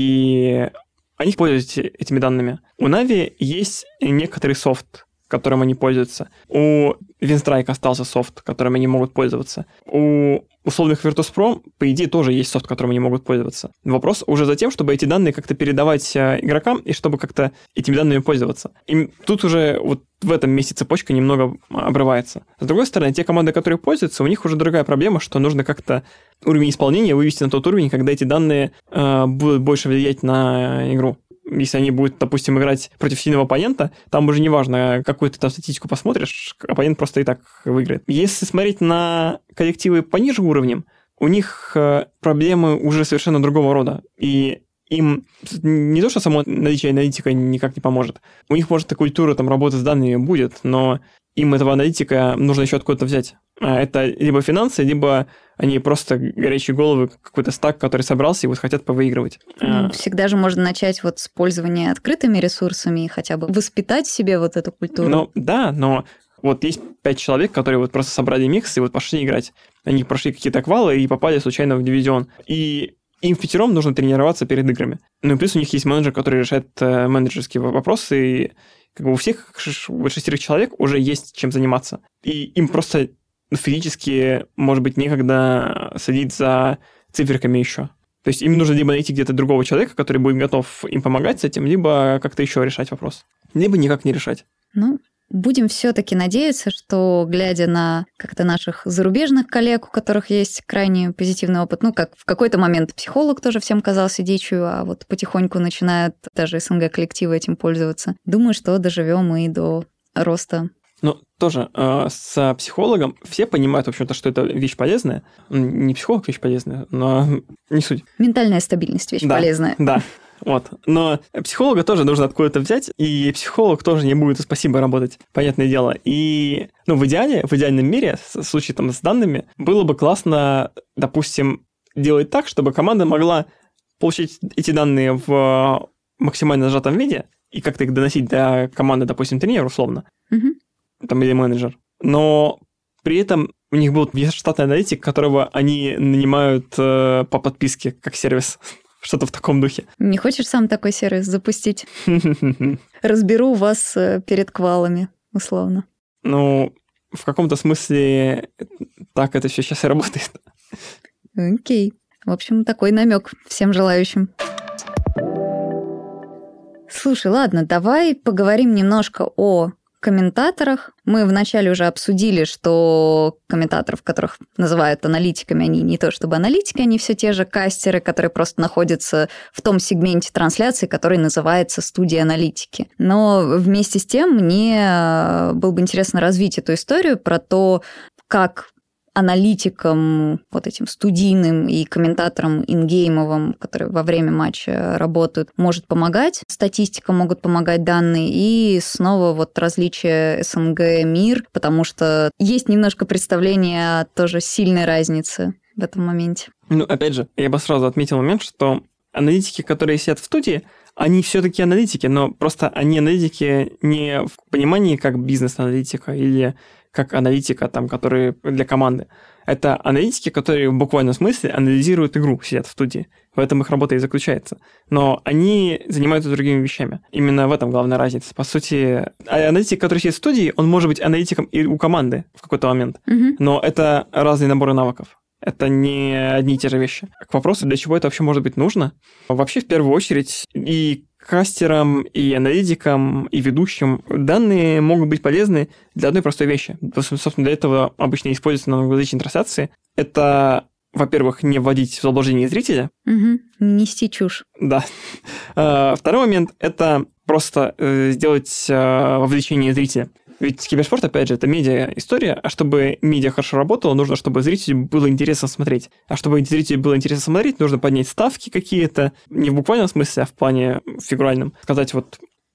и они пользуются этими данными. У Na'Vi есть некоторый софт, которым они пользуются. У Winstrike остался софт, которым они могут пользоваться. У условных Virtus.pro, по идее, тоже есть софт, которым они могут пользоваться. Вопрос уже за тем, чтобы эти данные как-то передавать игрокам и чтобы как-то этими данными пользоваться. И тут уже вот в этом месте цепочка немного обрывается. С другой стороны, те команды, которые пользуются, у них уже другая проблема, что нужно как-то уровень исполнения вывести на тот уровень, когда эти данные э, будут больше влиять на игру. Если они будут, допустим, играть против сильного оппонента, там уже не важно, какую ты там статистику посмотришь, оппонент просто и так выиграет. Если смотреть на коллективы пониже уровнем, у них проблемы уже совершенно другого рода. И им не то, что само наличие аналитика никак не поможет. У них, может, и культура там, работы с данными будет, но им этого аналитика нужно еще откуда-то взять. Это либо финансы, либо они просто горячие головы, какой-то стак, который собрался, и вот хотят повыигрывать. Ну, всегда же можно начать вот с пользования открытыми ресурсами и хотя бы воспитать в себе вот эту культуру. Ну, да, но вот есть пять человек, которые вот просто собрали микс и вот пошли играть. Они прошли какие-то квалы и попали случайно в дивизион. И им впятером нужно тренироваться перед играми. Ну и плюс у них есть менеджер, который решает э, менеджерские вопросы, и как бы у всех у шестерых человек уже есть чем заниматься. И им просто физически, может быть, некогда следить за циферками еще. То есть им нужно либо найти где-то другого человека, который будет готов им помогать с этим, либо как-то еще решать вопрос. Либо никак не решать. Ну, будем все-таки надеяться, что, глядя на как-то наших зарубежных коллег, у которых есть крайне позитивный опыт, ну, как в какой-то момент психолог тоже всем казался дичью, а вот потихоньку начинают даже СНГ-коллективы этим пользоваться. Думаю, что доживем и до роста. Ну, тоже э, с психологом все понимают, в общем-то, что это вещь полезная. Не психолог вещь полезная, но не суть. Ментальная стабильность вещь да, полезная. Да, вот. Но психолога тоже нужно откуда-то взять, и психолог тоже не будет спасибо работать, понятное дело. И, ну, в идеале, в идеальном мире, в случае там с данными, было бы классно, допустим, делать так, чтобы команда могла получить эти данные в максимально сжатом виде и как-то их доносить до команды, допустим, тренера, условно. Угу. Там, или менеджер. Но при этом у них был штатный аналитик, которого они нанимают э, по подписке, как сервис. Что-то в таком духе. Не хочешь сам такой сервис запустить? Разберу вас перед квалами, условно. Ну, в каком-то смысле так это все сейчас и работает. Окей. В общем, такой намек всем желающим. Слушай, ладно, давай поговорим немножко о комментаторах. Мы вначале уже обсудили, что комментаторов, которых называют аналитиками, они не то чтобы аналитики, они все те же кастеры, которые просто находятся в том сегменте трансляции, который называется студия аналитики. Но вместе с тем мне было бы интересно развить эту историю про то, как аналитикам, вот этим студийным и комментаторам ингеймовым, которые во время матча работают, может помогать. Статистика могут помогать данные. И снова вот различие СНГ-мир, потому что есть немножко представление о тоже сильной разнице в этом моменте. Ну, опять же, я бы сразу отметил момент, что аналитики, которые сидят в студии, они все-таки аналитики, но просто они аналитики не в понимании как бизнес-аналитика или как аналитика, там, которые для команды. Это аналитики, которые в буквальном смысле анализируют игру, сидят в студии. В этом их работа и заключается. Но они занимаются другими вещами. Именно в этом главная разница. По сути, аналитик, который сидит в студии, он может быть аналитиком и у команды в какой-то момент. Mm-hmm. Но это разные наборы навыков. Это не одни и те же вещи. К вопросу, для чего это вообще может быть нужно? Вообще, в первую очередь, и кастерам, и аналитикам, и ведущим данные могут быть полезны для одной простой вещи. Собственно, для этого обычно используются на англоязычной трансляции. Это, во-первых, не вводить в заблуждение зрителя. Угу. Нести чушь. Да. Второй момент – это просто сделать вовлечение зрителя. Ведь киберспорт, опять же, это медиа-история, а чтобы медиа хорошо работало, нужно, чтобы зрителю было интересно смотреть. А чтобы зрителю было интересно смотреть, нужно поднять ставки какие-то, не в буквальном смысле, а в плане фигуральном. Сказать, вот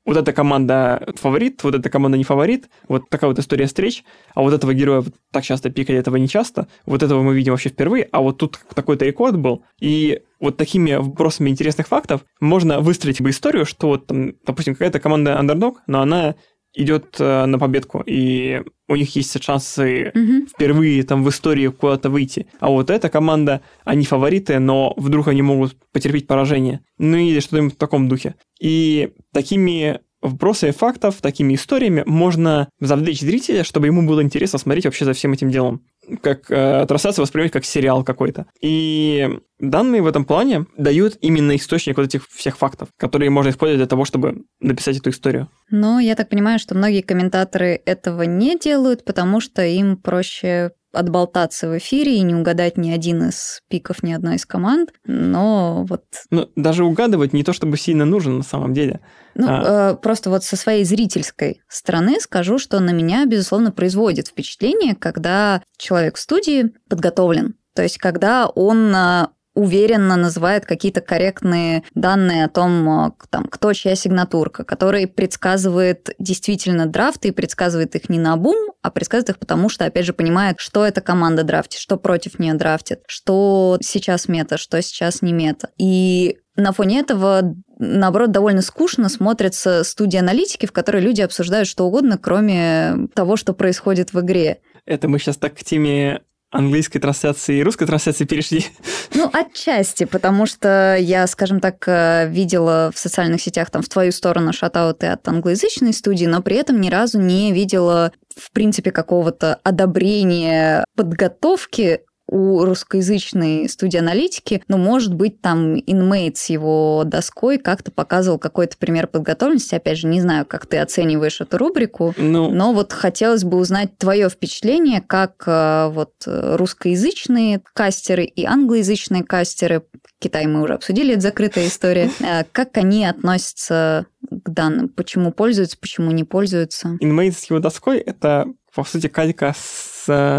вот эта команда фаворит, вот эта команда не фаворит, вот такая вот история встреч, а вот этого героя так часто пикали, этого не часто, вот этого мы видим вообще впервые, а вот тут такой-то рекорд был, и вот такими вопросами интересных фактов можно выстроить бы историю, что вот там, допустим, какая-то команда андердог, но она идет э, на победку, и у них есть шансы mm-hmm. впервые там в истории куда-то выйти. А вот эта команда, они фавориты, но вдруг они могут потерпеть поражение. Ну или что-то в таком духе. И такими вопросами фактов, такими историями можно завлечь зрителя, чтобы ему было интересно смотреть вообще за всем этим делом. Как э, трансляцию воспринимать как сериал какой-то. И данные в этом плане дают именно источник вот этих всех фактов, которые можно использовать для того, чтобы написать эту историю. Но я так понимаю, что многие комментаторы этого не делают, потому что им проще отболтаться в эфире и не угадать ни один из пиков ни одной из команд, но вот... Ну, даже угадывать не то чтобы сильно нужно на самом деле. Ну, а... э, просто вот со своей зрительской стороны скажу, что на меня, безусловно, производит впечатление, когда человек в студии подготовлен. То есть, когда он уверенно называет какие-то корректные данные о том, там, кто чья сигнатурка, который предсказывает действительно драфты и предсказывает их не наобум, а предсказывает их потому, что, опять же, понимает, что эта команда драфтит, что против нее драфтит, что сейчас мета, что сейчас не мета. И на фоне этого, наоборот, довольно скучно смотрятся студии аналитики, в которой люди обсуждают что угодно, кроме того, что происходит в игре. Это мы сейчас так к теме английской трансляции и русской трансляции перешли? Ну, отчасти, потому что я, скажем так, видела в социальных сетях там в твою сторону шатауты от англоязычной студии, но при этом ни разу не видела, в принципе, какого-то одобрения подготовки у русскоязычной студии аналитики, ну, может быть, там InMate с его доской как-то показывал какой-то пример подготовленности. Опять же, не знаю, как ты оцениваешь эту рубрику, ну... но вот хотелось бы узнать твое впечатление, как вот русскоязычные кастеры и англоязычные кастеры, Китай мы уже обсудили, это закрытая история, как они относятся к данным, почему пользуются, почему не пользуются. InMate с его доской — это, по сути, калька с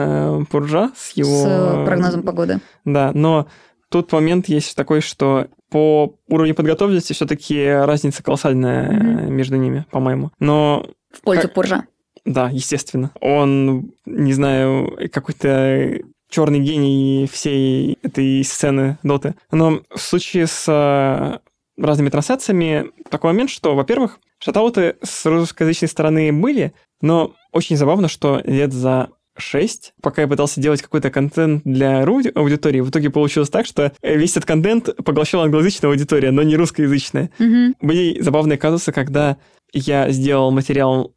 Пуржа, с его... С прогнозом погоды. Да, но тут момент есть такой, что по уровню подготовленности все-таки разница колоссальная mm-hmm. между ними, по-моему. Но... В пользу как... Пуржа. Да, естественно. Он, не знаю, какой-то черный гений всей этой сцены доты. Но в случае с разными трансляциями такой момент, что, во-первых, шатауты с русскоязычной стороны были, но очень забавно, что лет за шесть, пока я пытался делать какой-то контент для ру аудитории, в итоге получилось так, что весь этот контент поглощала англоязычная аудитория, но не русскоязычная. Mm-hmm. Были забавные казусы, когда я сделал материал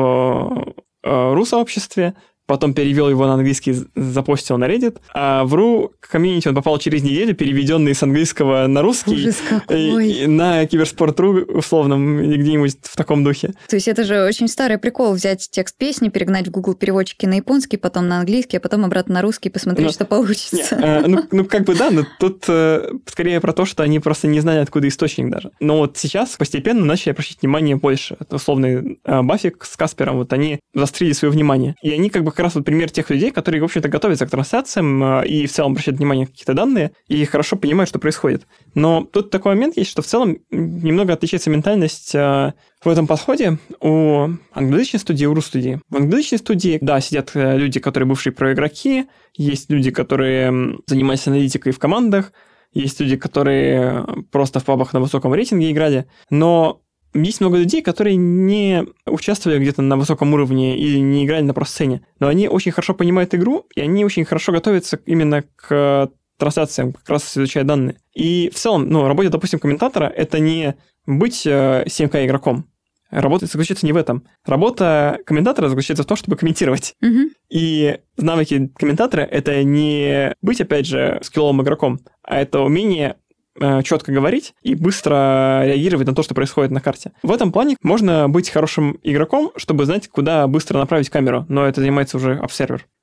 в э, ру-сообществе, потом перевел его на английский, запостил на Reddit, а в ру комьюнити он попал через неделю, переведенный с английского на русский. Ужас какой. На Киберспорт.ру, условно, где-нибудь в таком духе. То есть это же очень старый прикол, взять текст песни, перегнать в Google переводчики на японский, потом на английский, а потом обратно на русский, посмотреть, но, что получится. Не, э, ну, ну, как бы да, но тут э, скорее про то, что они просто не знали, откуда источник даже. Но вот сейчас постепенно начали обращать внимание больше. Это условный э, Баффик с Каспером, вот они заострили свое внимание. И они как бы как раз вот пример тех людей, которые, в общем-то, готовятся к трансляциям и в целом обращают внимание на какие-то данные и хорошо понимают, что происходит. Но тут такой момент есть, что в целом немного отличается ментальность в этом подходе у англоязычной студии и у рус-студии. В англоязычной студии, да, сидят люди, которые бывшие проигроки, есть люди, которые занимались аналитикой в командах, есть люди, которые просто в пабах на высоком рейтинге играли, но есть много людей, которые не участвовали где-то на высоком уровне или не играли на про-сцене, но они очень хорошо понимают игру, и они очень хорошо готовятся именно к трансляциям, как раз изучая данные. И в целом, ну, работа, допустим, комментатора — это не быть семь ка игроком. Работа заключается не в этом. Работа комментатора заключается в том, чтобы комментировать. Mm-hmm. И навыки комментатора — это не быть, опять же, скилловым игроком, а это умение четко говорить и быстро реагировать на то, что происходит на карте. В этом плане можно быть хорошим игроком, чтобы знать, куда быстро направить камеру, но это занимается уже обсервер.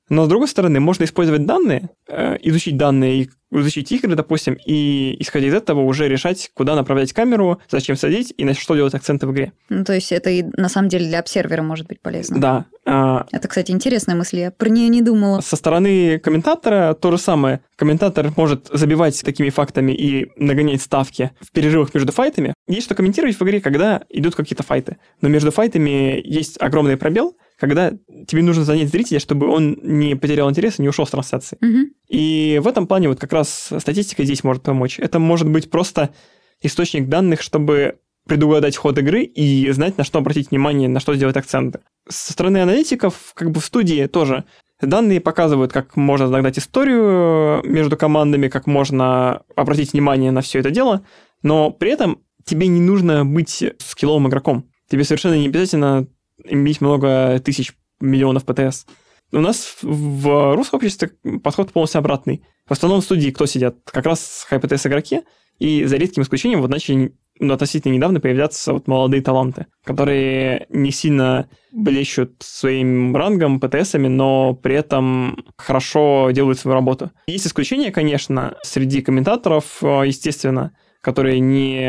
Но, с другой стороны, можно использовать данные, э, изучить данные, и изучить игры, допустим, и, исходя из этого, уже решать, куда направлять камеру, зачем садить и на что делать акценты в игре. Ну, то есть это и на самом деле для обсервера может быть полезно. Да. Э, это, кстати, интересная мысль, я про нее не думала. Со стороны комментатора то же самое. Комментатор может забивать такими фактами и нагонять ставки в перерывах между файтами. Есть что комментировать в игре, когда идут какие-то файты. Но между файтами есть огромный пробел, когда тебе нужно занять зрителя, чтобы он не потерял интерес и не ушел с трансляции. Угу. И в этом плане вот как раз статистика здесь может помочь. Это может быть просто источник данных, чтобы предугадать ход игры и знать, на что обратить внимание, на что сделать акценты. Со стороны аналитиков, как бы в студии тоже, данные показывают, как можно загнать историю между командами, как можно обратить внимание на все это дело, но при этом тебе не нужно быть скилловым игроком. Тебе совершенно не обязательно иметь много тысяч миллионов ПТС. У нас в русском обществе подход полностью обратный. В основном в студии кто сидят? Как раз хай-ПТС игроки, и за редким исключением вот начали ну, относительно недавно появляться вот молодые таланты, которые не сильно блещут своим рангом, ПТСами, но при этом хорошо делают свою работу. Есть исключения, конечно, среди комментаторов, естественно, которые не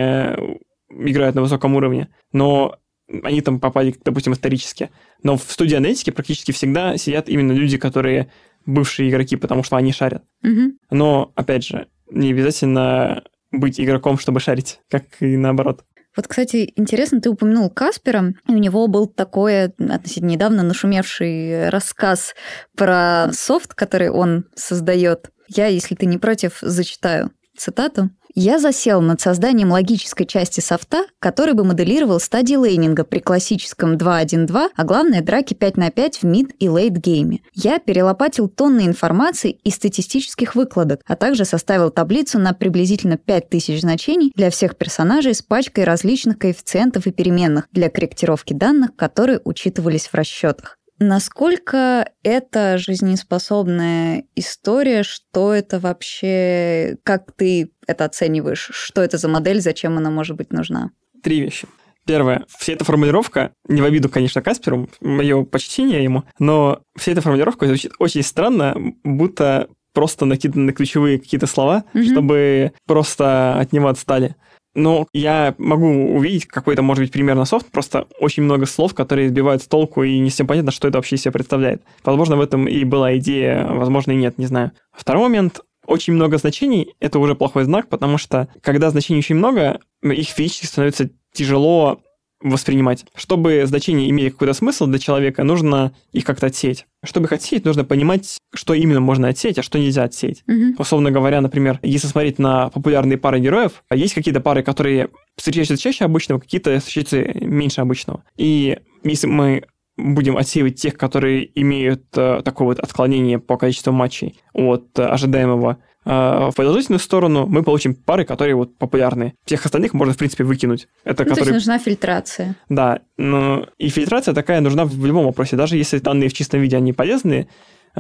играют на высоком уровне, но они там попали, допустим, исторически. Но в студии аналитики практически всегда сидят именно люди, которые бывшие игроки, потому что они шарят. Угу. Но, опять же, не обязательно быть игроком, чтобы шарить, как и наоборот. Вот, кстати, интересно, ты упомянул Каспера, и у него был такой относительно недавно нашумевший рассказ про софт, который он создает. Я, если ты не против, зачитаю цитату. «Я засел над созданием логической части софта, который бы моделировал стадии лейнинга при классическом два один два, а главное драки пять на пять в мид и лейт-гейме. Я перелопатил тонны информации и статистических выкладок, а также составил таблицу на приблизительно пять тысяч значений для всех персонажей с пачкой различных коэффициентов и переменных для корректировки данных, которые учитывались в расчетах». Насколько это жизнеспособная история? Что это вообще? Как ты это оцениваешь? Что это за модель? Зачем она может быть нужна? Три вещи. Первое. Вся эта формулировка, не в обиду, конечно, Касперу, мое почтение ему, но вся эта формулировка звучит очень странно, будто просто накиданы ключевые какие-то слова, угу. чтобы просто от него отстали. Но я могу увидеть какой-то, может быть, пример на софт, просто очень много слов, которые сбивают с толку, и не всем понятно, что это вообще из себя представляет. Возможно, в этом и была идея, возможно, и нет, не знаю. Второй момент. Очень много значений – это уже плохой знак, потому что, когда значений очень много, их физически становится тяжело воспринимать. Чтобы значения имели какой-то смысл для человека, нужно их как-то отсеять. Чтобы их отсеять, нужно понимать, что именно можно отсеять, а что нельзя отсеять. Mm-hmm. Условно говоря, например, если смотреть на популярные пары героев, есть какие-то пары, которые встречаются чаще обычного, какие-то встречаются меньше обычного. И если мы будем отсеивать тех, которые имеют э, такое вот отклонение по количеству матчей от э, ожидаемого, в продолжительную сторону мы получим пары, которые вот популярны. Всех остальных можно, в принципе, выкинуть. Это ну, которые... То есть нужна фильтрация. Да, но и фильтрация такая нужна в любом вопросе. Даже если данные в чистом виде, они полезны,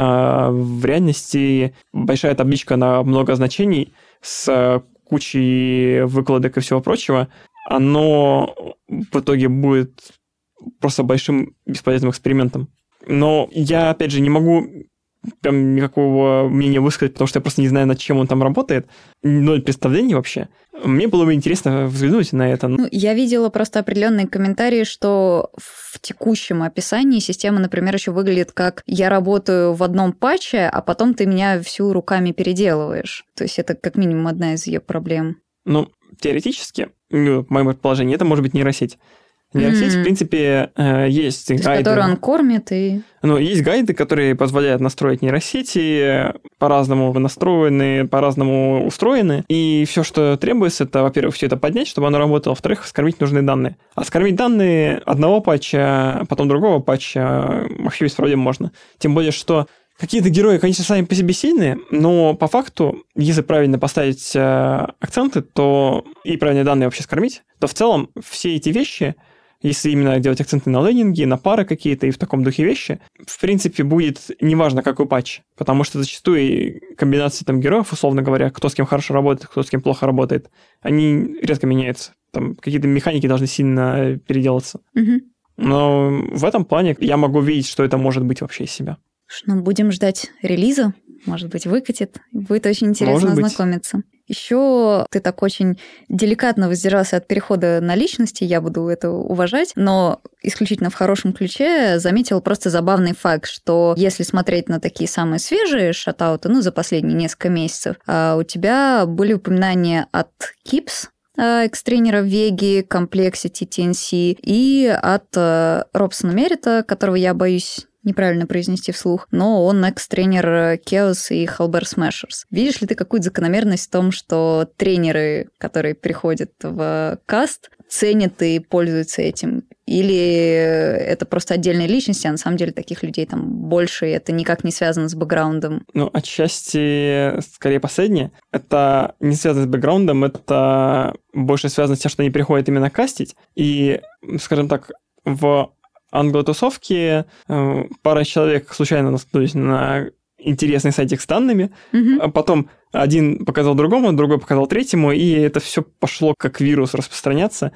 в реальности большая табличка на много значений с кучей выкладок и всего прочего, оно в итоге будет просто большим бесполезным экспериментом. Но я, опять же, не могу... прям никакого мнения высказать, потому что я просто не знаю, над чем он там работает. Ноль представлений вообще. Мне было бы интересно взглянуть на это. Ну, я видела просто определенные комментарии, что в текущем описании система, например, еще выглядит как «я работаю в одном патче, а потом ты меня всю руками переделываешь». То есть это как минимум одна из ее проблем. Ну, теоретически, ну, в моем предположении, это может быть нейросеть. Нейросеть, mm-hmm. в принципе, есть То есть, гайды. Которые он кормит и... Ну, есть гайды, которые позволяют настроить нейросети, по-разному настроены, по-разному устроены. И все, что требуется, это, во-первых, все это поднять, чтобы оно работало, во-вторых, скормить нужные данные. А скормить данные одного патча, потом другого патча вообще без проблем можно. Тем более, что какие-то герои, конечно, сами по себе сильные, но по факту, если правильно поставить акценты, то и правильные данные вообще скормить, то в целом все эти вещи... Если именно делать акценты на лейнинге, на пары какие-то и в таком духе вещи, в принципе, будет неважно, какой патч. Потому что зачастую комбинации там героев, условно говоря, кто с кем хорошо работает, кто с кем плохо работает, они редко меняются. Там какие-то механики должны сильно переделаться. Угу. Но в этом плане я могу видеть, что это может быть вообще из себя. Ну, будем ждать релиза. Может быть, выкатит. Будет очень интересно ознакомиться. Еще ты так очень деликатно воздержался от перехода на личности, я буду это уважать, но исключительно в хорошем ключе заметил просто забавный факт, что если смотреть на такие самые свежие шатауты, ну, за последние несколько месяцев, у тебя были упоминания от Кипс, экс-тренера Веги, Complexity, ти эн си, и от Робсона Меррита, которого я боюсь неправильно произнести вслух, но он экс-тренер Chaos и Halberd Smashers. Видишь ли ты какую-то закономерность в том, что тренеры, которые приходят в каст, ценят и пользуются этим? Или это просто отдельные личности, а на самом деле таких людей там больше, и это никак не связано с бэкграундом? Ну, отчасти, скорее, последнее. Это не связано с бэкграундом, это больше связано с тем, что они приходят именно кастить. И, скажем так, в англо-тусовке э, пара человек случайно наткнулись на интересный сайтик с данными, mm-hmm. а потом один показал другому, другой показал третьему, и это все пошло как вирус распространяться.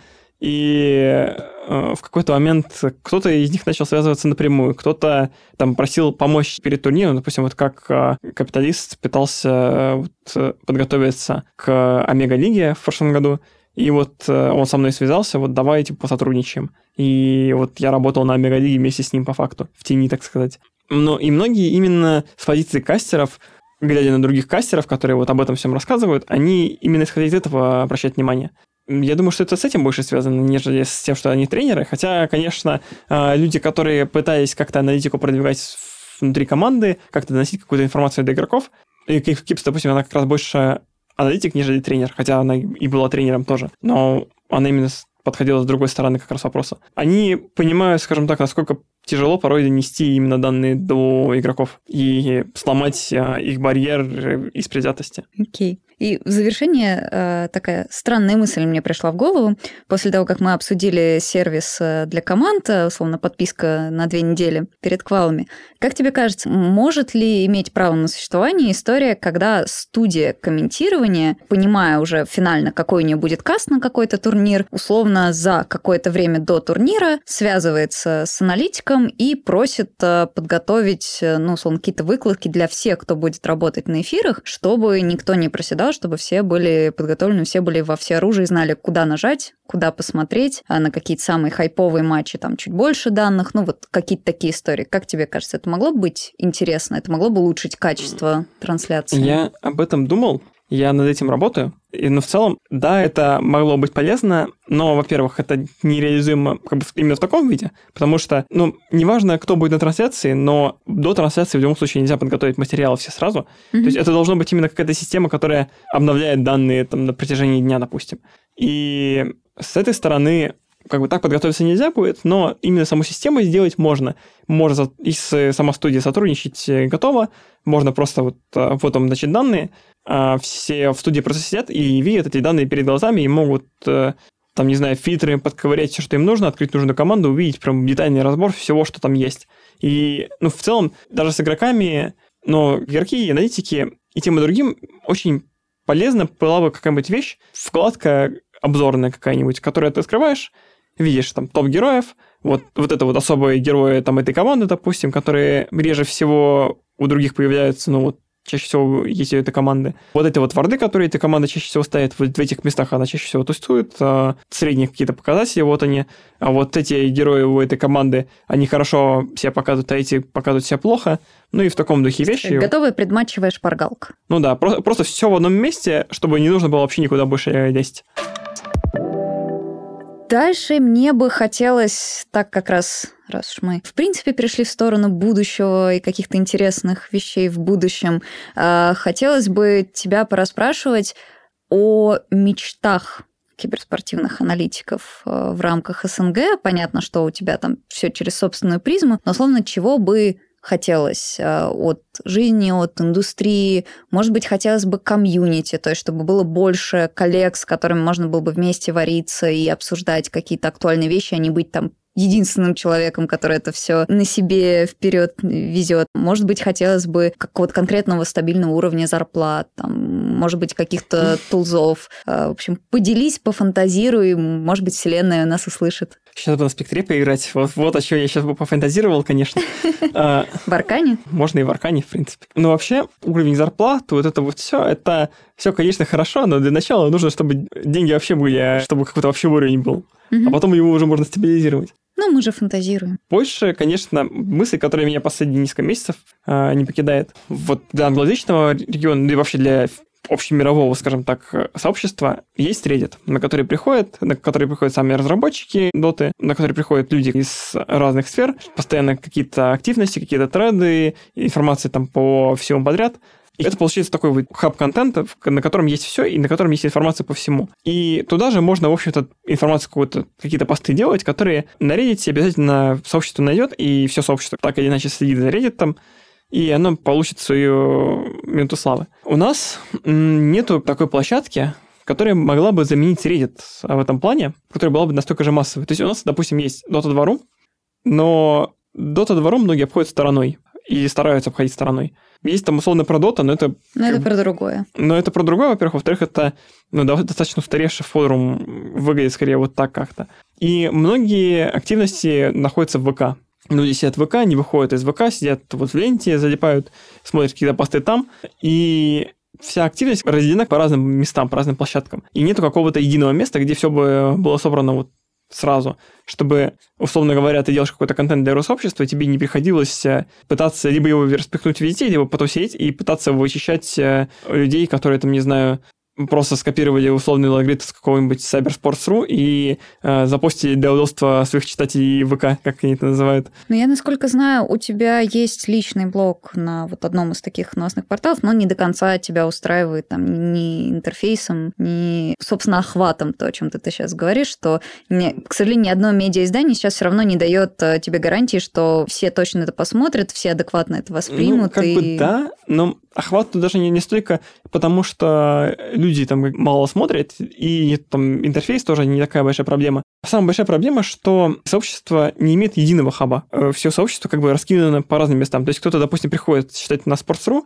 И э, в какой-то момент кто-то из них начал связываться напрямую, кто-то там просил помочь перед турниром, допустим, вот как э, Капиталист пытался э, вот, подготовиться к Омега-лиге в прошлом году, и вот э, он со мной связался, вот давай, типа, посотрудничаем. И вот я работал на Омега-лиге вместе с ним по факту, в тени, так сказать. Но и многие именно с позиции кастеров, глядя на других кастеров, которые вот об этом всем рассказывают, они именно исходя из этого обращают внимание. Я думаю, что это с этим больше связано, нежели с тем, что они тренеры. Хотя, конечно, э, люди, которые пытались как-то аналитику продвигать внутри команды, как-то доносить какую-то информацию до игроков, и Кипс, допустим, она как раз больше аналитик, нежели тренер, хотя она и была тренером тоже, но она именно подходила с другой стороны как раз вопроса. Они понимают, скажем так, насколько тяжело порой донести именно данные до игроков и сломать их барьер из предвзятости. Окей. Okay. И в завершение э, такая странная мысль мне пришла в голову. После того, как мы обсудили сервис для команд, условно, подписка на две недели перед квалами, как тебе кажется, может ли иметь право на существование история, когда студия комментирования, понимая уже финально, какой у нее будет каст на какой-то турнир, условно, за какое-то время до турнира связывается с аналитиком и просит подготовить, ну, условно, какие-то выкладки для всех, кто будет работать на эфирах, чтобы никто не проседал, чтобы все были подготовлены, все были во всеоружии, знали, куда нажать, куда посмотреть, а на какие-то самые хайповые матчи, там чуть больше данных, ну вот какие-то такие истории. Как тебе кажется, это могло бы быть интересно? Это могло бы улучшить качество трансляции? Я об этом думал, я над этим работаю. И, ну, в целом, да, это могло быть полезно, но, во-первых, это нереализуемо как бы именно в таком виде, потому что, ну, неважно, кто будет на трансляции, но до трансляции в любом случае нельзя подготовить материалы все сразу. Mm-hmm. То есть это должна быть именно какая-то система, которая обновляет данные там, на протяжении дня, допустим. И с этой стороны как бы так подготовиться нельзя будет, но именно саму систему сделать можно. Можно и с сама студия сотрудничать готова, можно просто вот, вот там, значит, данные, все в студии просто сидят и видят эти данные перед глазами и могут, там, не знаю, фильтры подковырять все, что им нужно, открыть нужную команду, увидеть прям детальный разбор всего, что там есть. И, ну, в целом, даже с игроками, но игроки и аналитики и тем и другим очень полезно была бы какая-нибудь вещь, вкладка обзорная какая-нибудь, которую ты открываешь, видишь там топ-героев, вот, вот это вот особые герои там этой команды, допустим, которые реже всего у других появляются, ну вот чаще всего есть у этой команды. Вот эти вот варды, которые эта команда чаще всего ставит, вот в этих местах она чаще всего тестует, а, средние какие-то показатели, вот они. А вот эти герои у этой команды, они хорошо себя показывают, а эти показывают себя плохо. Ну и в таком духе вещи. Готовая предматчевая шпаргалка. Ну да, просто, просто все в одном месте, чтобы не нужно было вообще никуда больше лезть. Дальше мне бы хотелось, так как раз, раз уж мы, в принципе, перешли в сторону будущего и каких-то интересных вещей в будущем, хотелось бы тебя порасспрашивать о мечтах киберспортивных аналитиков в рамках СНГ. Понятно, что у тебя там все через собственную призму, но, словно, чего бы хотелось от жизни, от индустрии, может быть, хотелось бы комьюнити, то есть чтобы было больше коллег, с которыми можно было бы вместе вариться и обсуждать какие-то актуальные вещи, а не быть там единственным человеком, который это все на себе вперед везет. Может быть, хотелось бы какого-то конкретного стабильного уровня зарплат, там, может быть, каких-то тулзов. В общем, поделись, пофантазируй, может быть, вселенная нас услышит. Сейчас бы на спектре поиграть. Вот, вот о чем я сейчас бы пофантазировал, конечно. В Аркане? Можно и в Аркане, в принципе. Но вообще, уровень зарплат, вот это вот все, это все, конечно, хорошо, но для начала нужно, чтобы деньги вообще были, чтобы какой-то вообще уровень был. А потом его уже можно стабилизировать. Ну, мы же фантазируем. Больше, конечно, мысль, которая меня последние несколько месяцев э, не покидает. Вот для англоязычного региона, да и вообще для общемирового, скажем так, сообщества, есть Reddit, на который приходят, на который приходят сами разработчики доты, на который приходят люди из разных сфер, постоянно какие-то активности, какие-то треды, информация там по всему подряд. И это получается такой вот хаб контента, на котором есть все и на котором есть информация по всему. И туда же можно, в общем-то, информацию какую-то, какие-то посты делать, которые на Reddit обязательно сообщество найдет, и все сообщество так или иначе следит за Reddit там, и оно получит свою минуту славы. У нас нету такой площадки, которая могла бы заменить Reddit в этом плане, которая была бы настолько же массовой. То есть у нас, допустим, есть Dota два точка ру, но Dota два точка ру многие обходят стороной и стараются обходить стороной. Есть там условно про Dota, но это... Но это про другое. Но это про другое, во-первых. Во-вторых, это ну, достаточно устаревший форум, выглядит скорее вот так как-то. И многие активности находятся в ВК. Люди сидят в ВК, не выходят из ВК, сидят вот в ленте, залипают, смотрят какие-то посты там, и вся активность разделена по разным местам, по разным площадкам. И нету какого-то единого места, где все бы было собрано вот сразу, чтобы, условно говоря, ты делаешь какой-то контент для Росообщества, тебе не приходилось пытаться либо его распихнуть везде, либо потом сидеть и пытаться вычищать людей, которые, там, не знаю, просто скопировали условный алгоритм с какого-нибудь Cybersports точка ру и э, запостили для удобства своих читателей ВК, как они это называют. Ну, я, насколько знаю, у тебя есть личный блог на вот одном из таких новостных порталов, но не до конца тебя устраивает там ни интерфейсом, ни, собственно, охватом, то, о чем ты, ты сейчас говоришь, что, не, к сожалению, ни одно медиаиздание сейчас все равно не дает тебе гарантии, что все точно это посмотрят, все адекватно это воспримут. Ну, как и... бы да, но охват тут даже не, не столько потому, что люди там мало смотрят, и там интерфейс тоже не такая большая проблема. Самая большая проблема, что сообщество не имеет единого хаба. Все сообщество как бы раскидано по разным местам. То есть кто-то, допустим, приходит читать на Sports точка ру,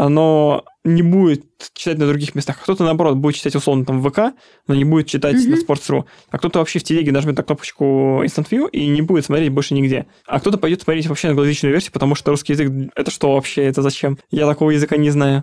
но не будет читать на других местах. Кто-то, наоборот, будет читать условно там в ВК, но не будет читать mm-hmm. на Sports точка ру. А кто-то вообще в телеге нажмет на кнопочку Instant View и не будет смотреть больше нигде. А кто-то пойдет смотреть вообще на англоязычную версию, потому что русский язык — это что вообще, это зачем? Я такого языка не знаю.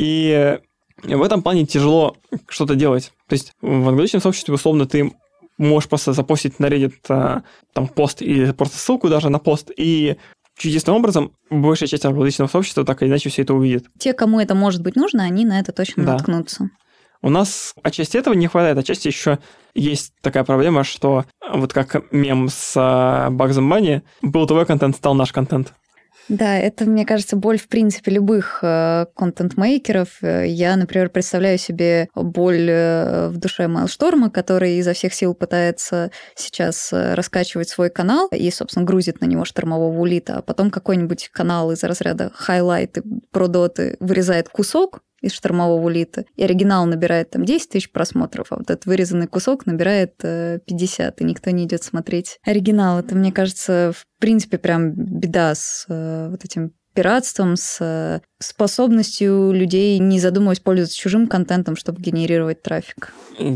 И в этом плане тяжело что-то делать. То есть в англоязычном сообществе, условно, ты можешь просто запостить на Reddit там пост или просто ссылку даже на пост, и чудесным образом большая часть англоязычного сообщества так или иначе все это увидит. Те, кому это может быть нужно, они на это точно да. наткнутся. У нас отчасти этого не хватает, отчасти еще есть такая проблема, что вот как мем с Bugs Bunny, был твой контент, стал наш контент. Да, это, мне кажется, боль, в принципе, любых э, контент-мейкеров. Я, например, представляю себе боль э, в душе Mailstorm, который изо всех сил пытается сейчас э, раскачивать свой канал и, собственно, грузит на него штормового улита, а потом какой-нибудь канал из разряда хайлайты про доты вырезает кусок из штормового улита, и оригинал набирает там десять тысяч просмотров, а вот этот вырезанный кусок набирает пятьдесят, и никто не идет смотреть оригинал. Это, мне кажется, в принципе, прям беда с э, вот этим пиратством, с э, способностью людей, не задумываясь, пользоваться чужим контентом, чтобы генерировать трафик.